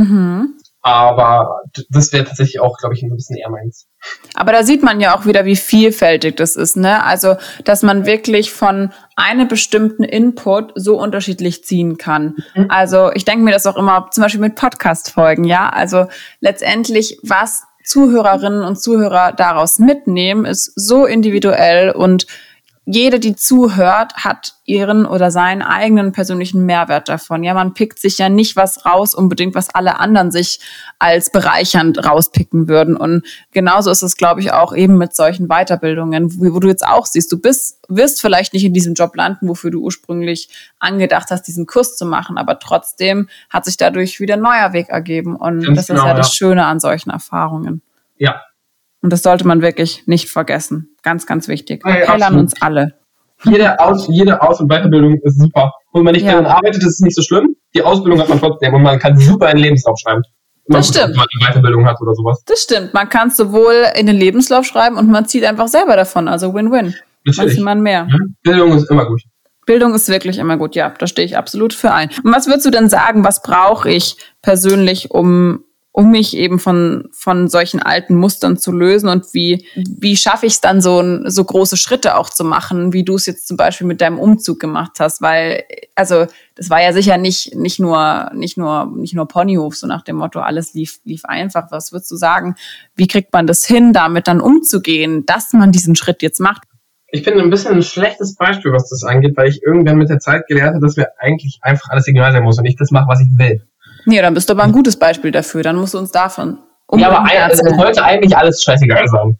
Aber das wäre tatsächlich auch, glaube ich, ein bisschen eher meins. Aber da sieht man ja auch wieder, wie vielfältig das ist, ne? Also, dass man wirklich von einem bestimmten Input so unterschiedlich ziehen kann. Also, ich denke mir das auch immer, zum Beispiel mit Podcast-Folgen, ja? Also, letztendlich, was Zuhörerinnen und Zuhörer daraus mitnehmen, ist so individuell und jede, die zuhört, hat ihren oder seinen eigenen persönlichen Mehrwert davon. Ja, man pickt sich ja nicht was raus, unbedingt, was alle anderen sich als bereichernd rauspicken würden. Und genauso ist es, glaube ich, auch eben mit solchen Weiterbildungen, wo du jetzt auch siehst, du wirst vielleicht nicht in diesem Job landen, wofür du ursprünglich angedacht hast, diesen Kurs zu machen, aber trotzdem hat sich dadurch wieder ein neuer Weg ergeben. Und das ist ja das Schöne an solchen Erfahrungen. Ja. Und das sollte man wirklich nicht vergessen. Ganz, ganz wichtig. Appell an uns alle. Jede Aus- und Weiterbildung ist super. Und wenn man nicht daran arbeitet, ist es nicht so schlimm. Die Ausbildung hat man trotzdem und man kann super in den Lebenslauf schreiben. Das stimmt. Wenn man eine Weiterbildung hat oder sowas. Das stimmt. Man kann es sowohl in den Lebenslauf schreiben und man zieht einfach selber davon. Also Win-Win. Natürlich. Man mehr. Bildung ist immer gut. Bildung ist wirklich immer gut. Ja, da stehe ich absolut für ein. Und was würdest du denn sagen, was brauche ich persönlich, um mich eben von solchen alten Mustern zu lösen und wie schaffe ich es dann so große Schritte auch zu machen, wie du es jetzt zum Beispiel mit deinem Umzug gemacht hast, weil, also, das war ja sicher nicht nur Ponyhof, so nach dem Motto, alles lief einfach. Was würdest du sagen, wie kriegt man das hin, damit dann umzugehen, dass man diesen Schritt jetzt macht? Ich bin ein bisschen ein schlechtes Beispiel, was das angeht, weil ich irgendwann mit der Zeit gelernt habe, dass mir eigentlich einfach alles egal sein muss und ich das mache, was ich will. Nee, dann bist du aber ein gutes Beispiel dafür. Dann musst du uns davon ja, aber es sollte eigentlich alles scheißegal sein.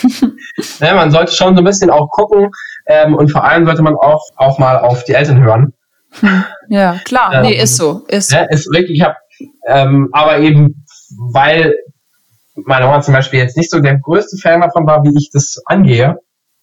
Ja, man sollte schon so ein bisschen auch gucken und vor allem sollte man auch mal auf die Eltern hören. Ja, klar. Nee, ist so. Ja, ist wirklich, aber eben, weil meine Mama zum Beispiel jetzt nicht so der größte Fan davon war, wie ich das angehe,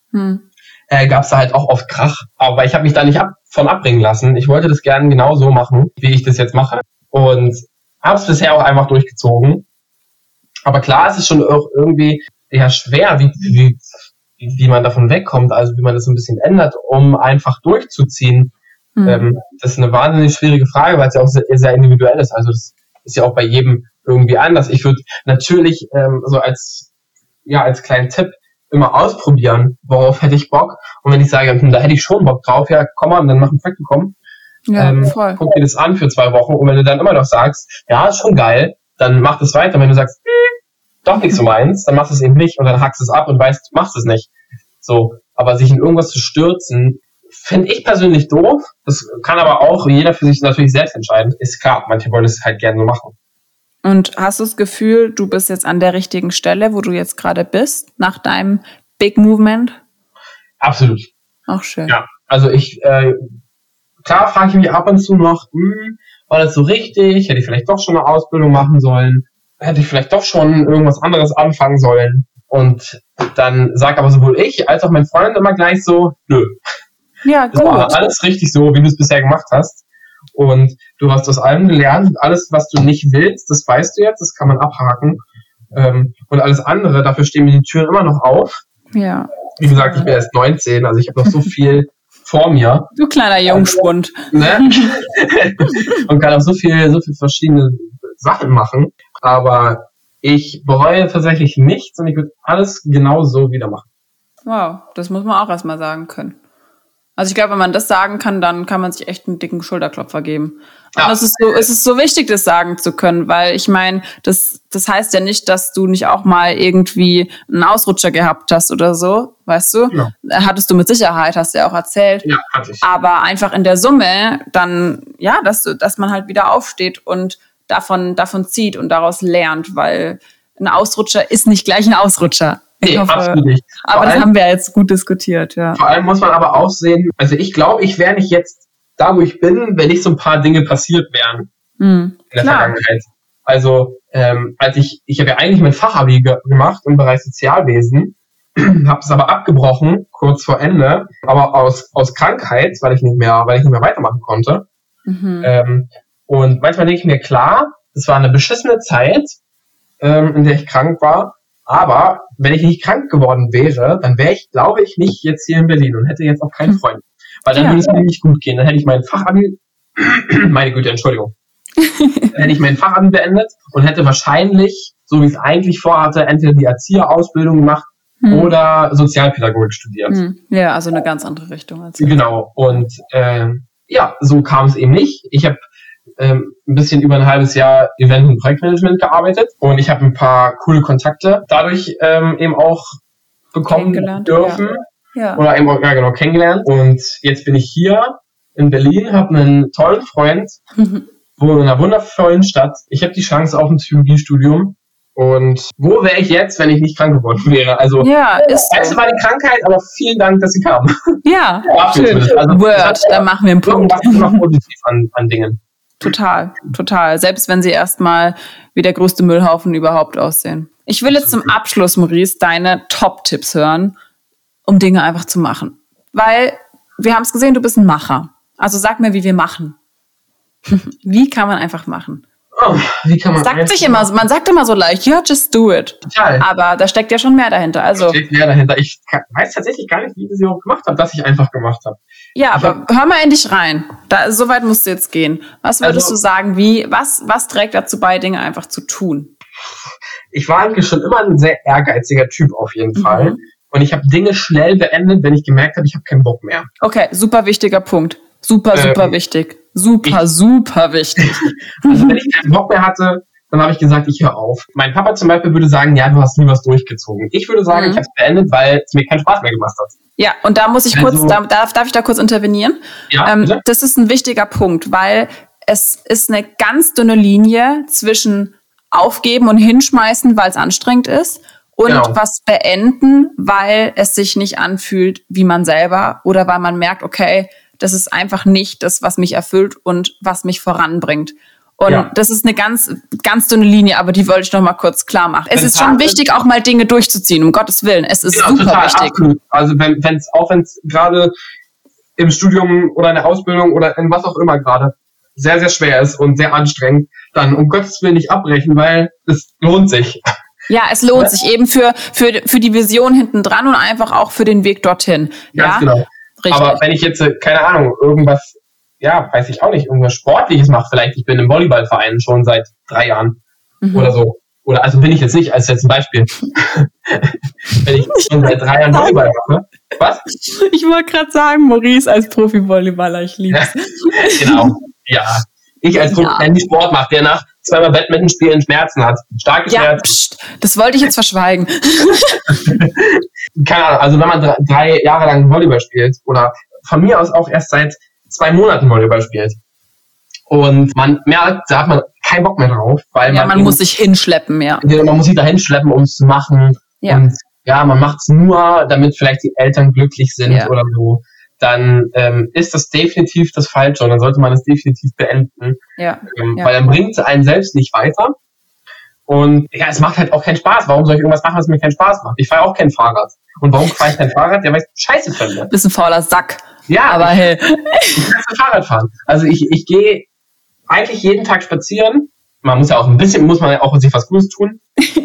gab es da halt auch oft Krach. Aber ich habe mich da nicht von abbringen lassen. Ich wollte das gerne genau so machen, wie ich das jetzt mache. Und habe es bisher auch einfach durchgezogen. Aber klar, es ist schon auch irgendwie schwer, wie man davon wegkommt, also wie man das so ein bisschen ändert, um einfach durchzuziehen. Das ist eine wahnsinnig schwierige Frage, weil es ja auch sehr, sehr individuell ist. Also das ist ja auch bei jedem irgendwie anders. Ich würde natürlich so als kleinen Tipp immer ausprobieren, worauf hätte ich Bock. Und wenn ich sage, da hätte ich schon Bock drauf, ja, komm mal, dann mach ein Praktikum. Ja, voll. Guck dir das an für 2 Wochen und wenn du dann immer noch sagst, ja, ist schon geil, dann mach das weiter. Wenn du sagst, doch nicht so meins, dann machst du es eben nicht und dann hackst es ab und weißt, du machst es nicht. So, aber sich in irgendwas zu stürzen, finde ich persönlich doof. Das kann aber auch jeder für sich natürlich selbst entscheiden. Ist klar, manche wollen es halt gerne so machen. Und hast du das Gefühl, du bist jetzt an der richtigen Stelle, wo du jetzt gerade bist, nach deinem Big Movement? Absolut. Auch schön. Ja, also klar frage ich mich ab und zu noch, war das so richtig? Hätte ich vielleicht doch schon eine Ausbildung machen sollen? Hätte ich vielleicht doch schon irgendwas anderes anfangen sollen? Und dann sagt aber sowohl ich als auch mein Freund immer gleich so, nö. Ja, gut. Das war alles richtig so, wie du es bisher gemacht hast. Und du hast aus allem gelernt und alles, was du nicht willst, das weißt du jetzt, das kann man abhaken. Und alles andere, dafür stehen mir die Türen immer noch auf. Ja. Wie gesagt, ich bin erst 19, also ich habe noch so viel vor mir. Du kleiner Jungspund. Ne? Und kann auch so viel verschiedene Sachen machen. Aber ich bereue tatsächlich nichts und ich würde alles genau so wieder machen. Wow, das muss man auch erstmal sagen können. Also ich glaube, wenn man das sagen kann, dann kann man sich echt einen dicken Schulterklopfer geben. Und ja. Es ist so wichtig, das sagen zu können, weil ich meine, das heißt ja nicht, dass du nicht auch mal irgendwie einen Ausrutscher gehabt hast oder so. weißt du? Genau. Hattest du mit Sicherheit, hast du ja auch erzählt. Ja, hatte ich. Aber einfach in der Summe dann, ja, dass man halt wieder aufsteht und davon zieht und daraus lernt, weil ein Ausrutscher ist nicht gleich ein Ausrutscher. Nee, absolut nicht. Aber das haben wir jetzt gut diskutiert, ja. Vor allem muss man aber auch sehen, also ich glaube, ich wäre nicht jetzt da, wo ich bin, wenn nicht so ein paar Dinge passiert wären in der Vergangenheit. Also als ich habe ja eigentlich mein Fachabi gemacht im Bereich Sozialwesen, habe es aber abgebrochen, kurz vor Ende, aber aus Krankheit, weil ich nicht mehr weitermachen konnte. Und manchmal denke ich mir, klar, es war eine beschissene Zeit, in der ich krank war, aber wenn ich nicht krank geworden wäre, dann wäre ich, glaube ich, nicht jetzt hier in Berlin und hätte jetzt auch keinen Freund. Weil dann würde es mir nicht gut gehen. Dann hätte ich mein Fachabi, meine Güte, Entschuldigung, dann hätte ich mein Fachabi beendet und hätte wahrscheinlich, so wie ich es eigentlich vorhatte, entweder die Erzieherausbildung gemacht oder Sozialpädagogik studiert. Ja, also eine ganz andere Richtung. Als genau. Und so kam es eben nicht. Ich habe ein bisschen über ein halbes Jahr Event- und Projektmanagement gearbeitet und ich habe ein paar coole Kontakte dadurch eben auch bekommen dürfen. Ja. Oder eben auch, kennengelernt. Und jetzt bin ich hier in Berlin, habe einen tollen Freund, wohne in einer wundervollen Stadt. Ich habe die Chance auf ein Psychologiestudium. Und wo wäre ich jetzt, wenn ich nicht krank geworden wäre? Also, es war die Krankheit, aber vielen Dank, dass sie kam. Ja, schön. Also, Word, da machen wir einen Punkt. Was ist noch positiv an Dingen? Total. Selbst wenn sie erstmal wie der größte Müllhaufen überhaupt aussehen. Ich will jetzt zum Abschluss, Maurice, deine Top-Tipps hören, um Dinge einfach zu machen. Weil wir haben es gesehen, du bist ein Macher. Also sag mir, wie wir machen. Wie kann man einfach machen? Wie kann man man sagt immer so leicht, ja, just do it. Total. Aber da steckt ja schon mehr dahinter. Da steckt mehr dahinter. Ich weiß tatsächlich gar nicht, wie ich das überhaupt gemacht habe, dass ich einfach gemacht habe. Ja, aber hör mal in dich rein. So weit musst du jetzt gehen. Was würdest du sagen, was trägt dazu bei, Dinge einfach zu tun? Ich war eigentlich schon immer ein sehr ehrgeiziger Typ auf jeden Fall. Und ich habe Dinge schnell beendet, wenn ich gemerkt habe, ich habe keinen Bock mehr. Okay, super wichtiger Punkt. Super wichtig. Super wichtig. Also wenn ich keinen Bock mehr hatte, dann habe ich gesagt, ich höre auf. Mein Papa zum Beispiel würde sagen, ja, du hast nie was durchgezogen. Ich würde sagen, ich habe es beendet, weil es mir keinen Spaß mehr gemacht hat. Ja, und da muss ich darf ich da kurz intervenieren? Ja, das ist ein wichtiger Punkt, weil es ist eine ganz dünne Linie zwischen aufgeben und hinschmeißen, weil es anstrengend ist, und was beenden, weil es sich nicht anfühlt wie man selber oder weil man merkt, okay, das ist einfach nicht das, was mich erfüllt und was mich voranbringt. Und das ist eine ganz, ganz dünne Linie, aber die wollte ich noch mal kurz klar machen. Es ist schon wichtig, auch mal Dinge durchzuziehen, um Gottes Willen. Es ist super total, wichtig. Absolut. Also wenn es gerade im Studium oder in der Ausbildung oder in was auch immer gerade sehr, sehr schwer ist und sehr anstrengend, dann um Gottes Willen nicht abbrechen, weil es lohnt sich. Ja, es lohnt sich eben für die Vision hinten dran und einfach auch für den Weg dorthin. Ganz genau. Richtig. Aber wenn ich jetzt, keine Ahnung, irgendwas, weiß ich auch nicht, irgendwas Sportliches mache, vielleicht, ich bin im Volleyballverein schon seit 3 Jahren oder so. Oder, also bin ich jetzt nicht, als jetzt ein Beispiel. Wenn ich schon seit 3 Jahren Volleyball mache. Was? Ich wollte gerade sagen, Maurice als Profi-Volleyballer, ich liebe es. Genau, ja. Ich als Profi, der Sport macht, der nach 2-mal Badminton spielen Schmerzen hat. Starkes Herz. Das wollte ich jetzt verschweigen. Keine Ahnung, also wenn man 3 Jahre lang Volleyball spielt oder von mir aus auch erst seit 2 Monaten Volleyball spielt und man merkt, da hat man keinen Bock mehr drauf, weil man muss sich hinschleppen, man muss sich da hinschleppen, um es zu machen. Und man macht es nur, damit vielleicht die Eltern glücklich sind oder so. Dann ist das definitiv das Falsche und dann sollte man es definitiv beenden. Weil dann bringt es einen selbst nicht weiter. Und es macht halt auch keinen Spaß. Warum soll ich irgendwas machen, was mir keinen Spaß macht? Ich fahre auch kein Fahrrad. Und warum fahre ich kein Fahrrad? Ja, weil ich scheiße finde. Bist ein fauler Sack. Ja, aber hey. Ich kann Fahrrad fahren. Also ich gehe eigentlich jeden Tag spazieren. Man muss ja auch sich was Gutes tun.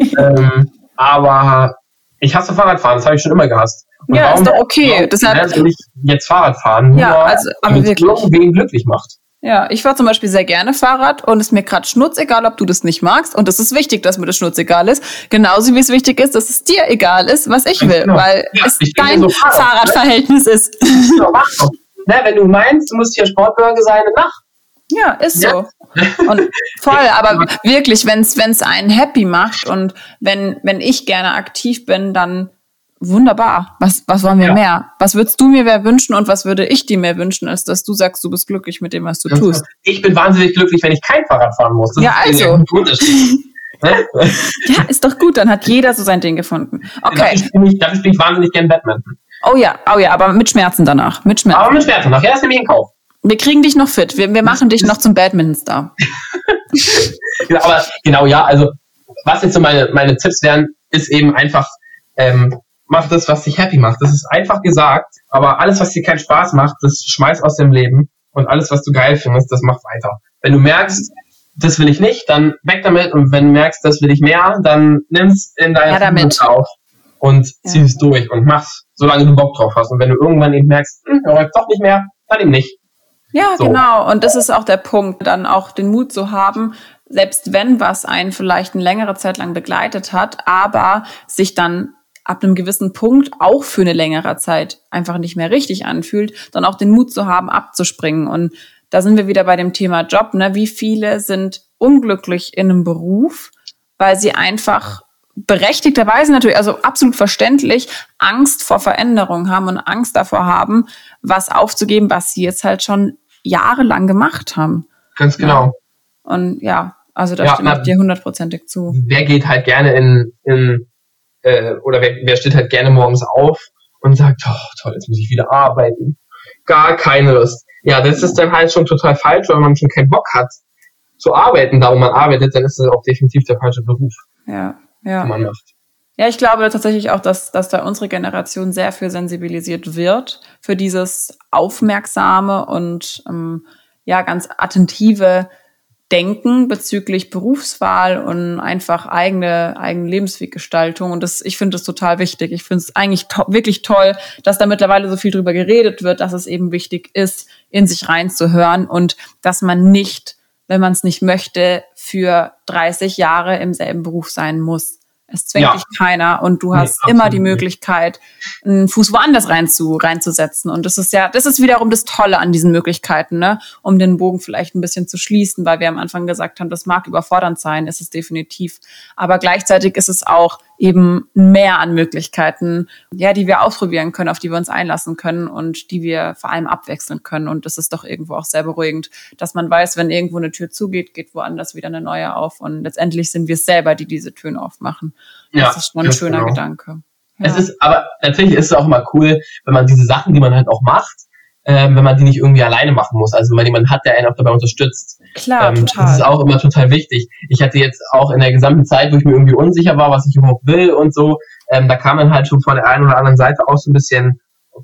Aber ich hasse Fahrradfahren. Das habe ich schon immer gehasst. Und ist doch okay. Deshalb will ich jetzt Fahrrad fahren, aber damit es irgendwen glücklich macht. Ja, ich fahre zum Beispiel sehr gerne Fahrrad und es ist mir gerade schnurzegal, ob du das nicht magst. Und es ist wichtig, dass mir das schnurzegal ist. Genauso wie es wichtig ist, dass es dir egal ist, was ich will. Genau. Weil es dein Fahrradverhältnis ist. Genau, mach doch. Wenn du meinst, du musst hier Sportbürger sein, dann mach. Ja, ist so. Und voll, aber wirklich, wenn es einen happy macht und wenn ich gerne aktiv bin, dann wunderbar. Was wollen wir mehr? Was würdest du mir mehr wünschen und was würde ich dir mehr wünschen, als dass du sagst, du bist glücklich mit dem, was du tust? Ich bin wahnsinnig glücklich, wenn ich kein Fahrrad fahren muss. Das ist also. ein Unterschied. Ja, ist doch gut, dann hat jeder so sein Ding gefunden. Okay. Dafür spiele ich wahnsinnig gern Badminton. Oh ja, aber mit Schmerzen danach. Aber mit Schmerzen danach. Ja, ist nämlich ein Kauf. Wir kriegen dich noch fit. Wir machen dich noch zum Badminton-Star. Also was jetzt so meine Tipps wären, ist eben einfach, mach das, was dich happy macht. Das ist einfach gesagt, aber alles, was dir keinen Spaß macht, das schmeiß aus dem Leben und alles, was du geil findest, das mach weiter. Wenn du merkst, das will ich nicht, dann weg damit und wenn du merkst, das will ich mehr, dann nimm's in deine Hand auf und zieh es durch und mach's, solange du Bock drauf hast. Und wenn du irgendwann eben merkst, läuft doch nicht mehr, dann eben nicht. Ja, so. Genau. Und das ist auch der Punkt, dann auch den Mut zu haben, selbst wenn was einen vielleicht eine längere Zeit lang begleitet hat, aber sich dann ab einem gewissen Punkt auch für eine längere Zeit einfach nicht mehr richtig anfühlt, dann auch den Mut zu haben, abzuspringen. Und da sind wir wieder bei dem Thema Job, ne? Wie viele sind unglücklich in einem Beruf, weil sie einfach berechtigterweise natürlich, also absolut verständlich, Angst vor Veränderung haben und Angst davor haben, was aufzugeben, was sie jetzt halt schon jahrelang gemacht haben. Ganz genau. Ja. Und also da stimme ich dir 100%ig zu. Wer geht halt gerne wer steht halt gerne morgens auf und sagt, oh toll, jetzt muss ich wieder arbeiten. Gar keine Lust. Ja, das ist dann halt schon total falsch, wenn man schon keinen Bock hat zu arbeiten, da wo man arbeitet, dann ist das auch definitiv der falsche Beruf. Ja. Den man macht. Ja, ich glaube tatsächlich auch, dass da unsere Generation sehr für sensibilisiert wird, für dieses aufmerksame und ganz attentive Denken bezüglich Berufswahl und einfach eigene Lebensweggestaltung. Und ich finde das total wichtig. Ich finde es eigentlich wirklich toll, dass da mittlerweile so viel drüber geredet wird, dass es eben wichtig ist, in sich reinzuhören und dass man nicht, wenn man es nicht möchte, für 30 Jahre im selben Beruf sein muss. Es zwingt dich keiner und du hast immer die Möglichkeit, einen Fuß woanders reinzusetzen. Und das ist wiederum das Tolle an diesen Möglichkeiten, ne? Um den Bogen vielleicht ein bisschen zu schließen, weil wir am Anfang gesagt haben, das mag überfordernd sein, ist es definitiv. Aber gleichzeitig ist es auch eben mehr an Möglichkeiten, die wir ausprobieren können, auf die wir uns einlassen können und die wir vor allem abwechseln können. Und das ist doch irgendwo auch sehr beruhigend, dass man weiß, wenn irgendwo eine Tür zugeht, geht woanders wieder eine neue auf. Und letztendlich sind wir es selber, die diese Türen aufmachen. Das ist schon ein schöner Gedanke. Ja. Aber natürlich ist es auch immer cool, wenn man diese Sachen, die man halt auch macht, wenn man die nicht irgendwie alleine machen muss. Also wenn man jemanden hat, der einen auch dabei unterstützt. Klar, total. Das ist auch immer total wichtig. Ich hatte jetzt auch in der gesamten Zeit, wo ich mir irgendwie unsicher war, was ich überhaupt will und so, da kam dann halt schon von der einen oder anderen Seite auch so ein bisschen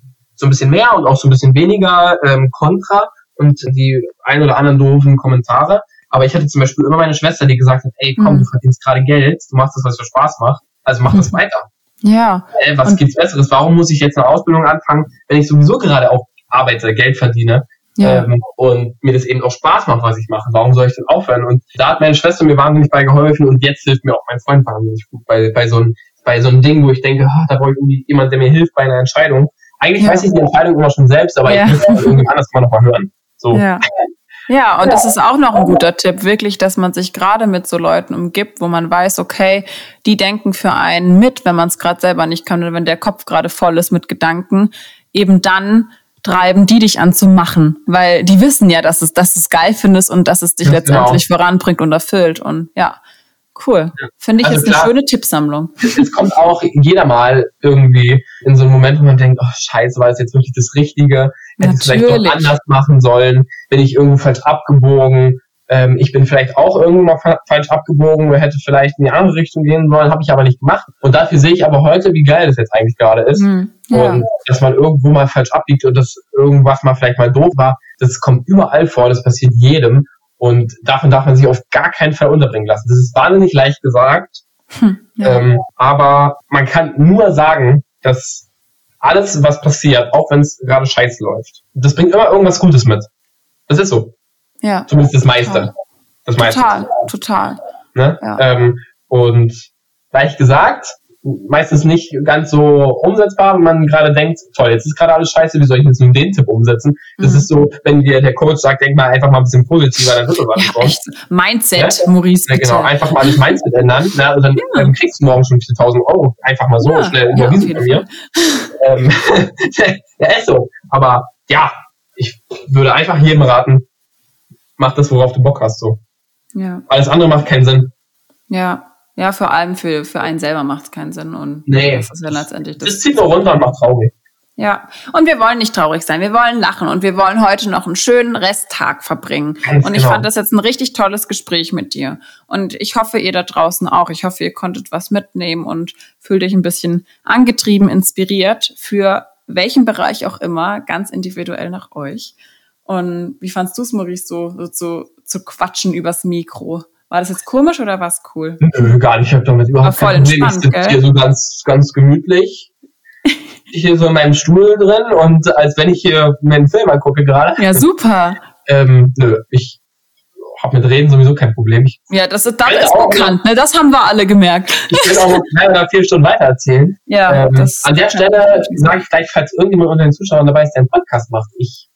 mehr und auch so ein bisschen weniger Kontra und die ein oder anderen doofen Kommentare. Aber ich hatte zum Beispiel immer meine Schwester, die gesagt hat, ey, komm, du verdienst gerade Geld, du machst das, was dir Spaß macht, also mach das weiter. Ja. Was gibt's Besseres? Warum muss ich jetzt eine Ausbildung anfangen, wenn ich sowieso gerade auch arbeite, Geld verdiene und mir das eben auch Spaß macht, was ich mache? Warum soll ich denn aufhören? Und da hat meine Schwester mir wahnsinnig bei geholfen und jetzt hilft mir auch mein Freund wahnsinnig gut bei so einem Ding, wo ich denke, da brauche ich irgendwie jemand, der mir hilft bei einer Entscheidung. Eigentlich weiß ich die Entscheidung immer schon selbst, aber ich muss irgendwie anders mal nochmal hören. So. Ja, und das ist auch noch ein guter Tipp, wirklich, dass man sich gerade mit so Leuten umgibt, wo man weiß, okay, die denken für einen mit, wenn man es gerade selber nicht kann oder wenn der Kopf gerade voll ist mit Gedanken, eben dann treiben die dich an zu machen, weil die wissen ja, dass es geil findest und dass es dich letztendlich voranbringt und erfüllt und cool. Finde ich, also ist eine schöne Tippsammlung. Es kommt auch jeder mal irgendwie in so einen Moment, wo man denkt, oh scheiße, war das jetzt wirklich das Richtige? Hätte ich vielleicht doch anders machen sollen? Bin ich irgendwo falsch abgebogen? Ich bin vielleicht auch irgendwo mal falsch abgebogen oder hätte vielleicht in die andere Richtung gehen sollen, habe ich aber nicht gemacht. Und dafür sehe ich aber heute, wie geil das jetzt eigentlich gerade ist. Und dass man irgendwo mal falsch abbiegt und dass irgendwas mal vielleicht mal doof war, das kommt überall vor, das passiert jedem. Und davon darf man sich auf gar keinen Fall unterbringen lassen. Das ist wahnsinnig leicht gesagt, aber man kann nur sagen, dass alles, was passiert, auch wenn es gerade scheiße läuft, das bringt immer irgendwas Gutes mit. Das ist so. Ja. Zumindest das meiste. Total. Ne? Ja. Und leicht gesagt, meistens nicht ganz so umsetzbar, wenn man gerade denkt, toll, jetzt ist gerade alles scheiße, wie soll ich jetzt nun den Tipp umsetzen? Das ist so, wenn dir der Coach sagt, denk mal einfach mal ein bisschen positiver, dann wird das was. Ja, echt. Mindset, Maurice, bitte. Ja, genau, einfach mal das Mindset ändern, ne? Und dann kriegst du morgen schon 1.000 Euro, einfach mal so schnell überwiesen von mir. Ja, ist so. Aber ja, ich würde einfach jedem raten, mach das, worauf du Bock hast, so. Ja. Alles andere macht keinen Sinn. Ja, vor allem für einen selber macht es keinen Sinn. Und das ist ja letztendlich das zieht nur runter und macht traurig. Ja, und wir wollen nicht traurig sein, wir wollen lachen und wir wollen heute noch einen schönen Resttag verbringen. Und ich fand das jetzt ein richtig tolles Gespräch mit dir. Und ich hoffe, ihr da draußen auch. Ich hoffe, ihr konntet was mitnehmen und fühlt euch ein bisschen angetrieben, inspiriert für welchen Bereich auch immer, ganz individuell nach euch. Und wie fandst du es, Maurice, so zu quatschen übers Mikro? War das jetzt komisch oder war es cool? Nö, gar nicht. Ich habe damit überhaupt kein Problem. Ich sitze hier so ganz, ganz gemütlich. Hier so in meinem Stuhl drin und als wenn ich hier mir einen Film angucke gerade. Ja, super. Nö, ich habe mit Reden sowieso kein Problem. Das ist bekannt, ne? Das haben wir alle gemerkt. Ich will auch 3 oder 4 Stunden weiter erzählen. Ja, an der Stelle sage ich gleich, falls irgendjemand unter den Zuschauern dabei ist, der einen Podcast macht.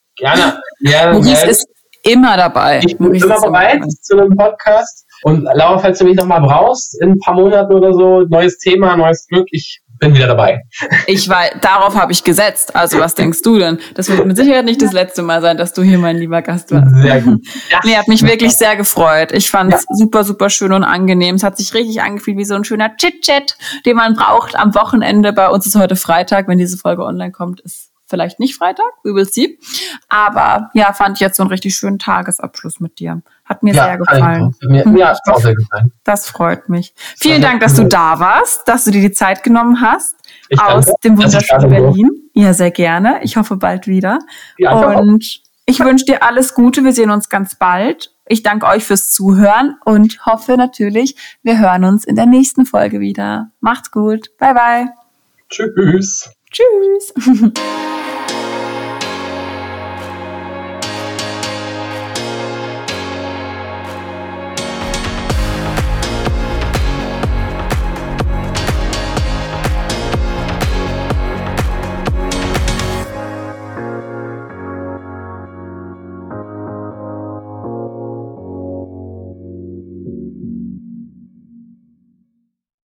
Maurice ist immer dabei. Ich bin immer bereit zu einem Podcast. Und Laura, falls du mich nochmal brauchst, in ein paar Monaten oder so, neues Thema, neues Glück, ich bin wieder dabei. Darauf habe ich gesetzt. Also was denkst du denn? Das wird mit Sicherheit nicht das letzte Mal sein, dass du hier mein lieber Gast warst. Sehr gut. Nee, hat mich wirklich sehr gefreut. Ich fand es super, super schön und angenehm. Es hat sich richtig angefühlt wie so ein schöner Chit-Chat, den man braucht am Wochenende. Bei uns ist heute Freitag, wenn diese Folge online kommt, ist vielleicht nicht Freitag, we will see. Aber ja, fand ich jetzt so einen richtig schönen Tagesabschluss mit dir. Hat mir sehr gefallen. Mir hat es auch sehr gefallen. Das freut mich. Vielen Dank, dass du da warst, dass du dir die Zeit genommen hast aus dem wunderschönen Berlin. Ja, sehr gerne. Ich hoffe bald wieder. Ja, und ich wünsche dir alles Gute. Wir sehen uns ganz bald. Ich danke euch fürs Zuhören und hoffe natürlich, wir hören uns in der nächsten Folge wieder. Macht's gut. Bye, bye. Tschüss. Tschüss.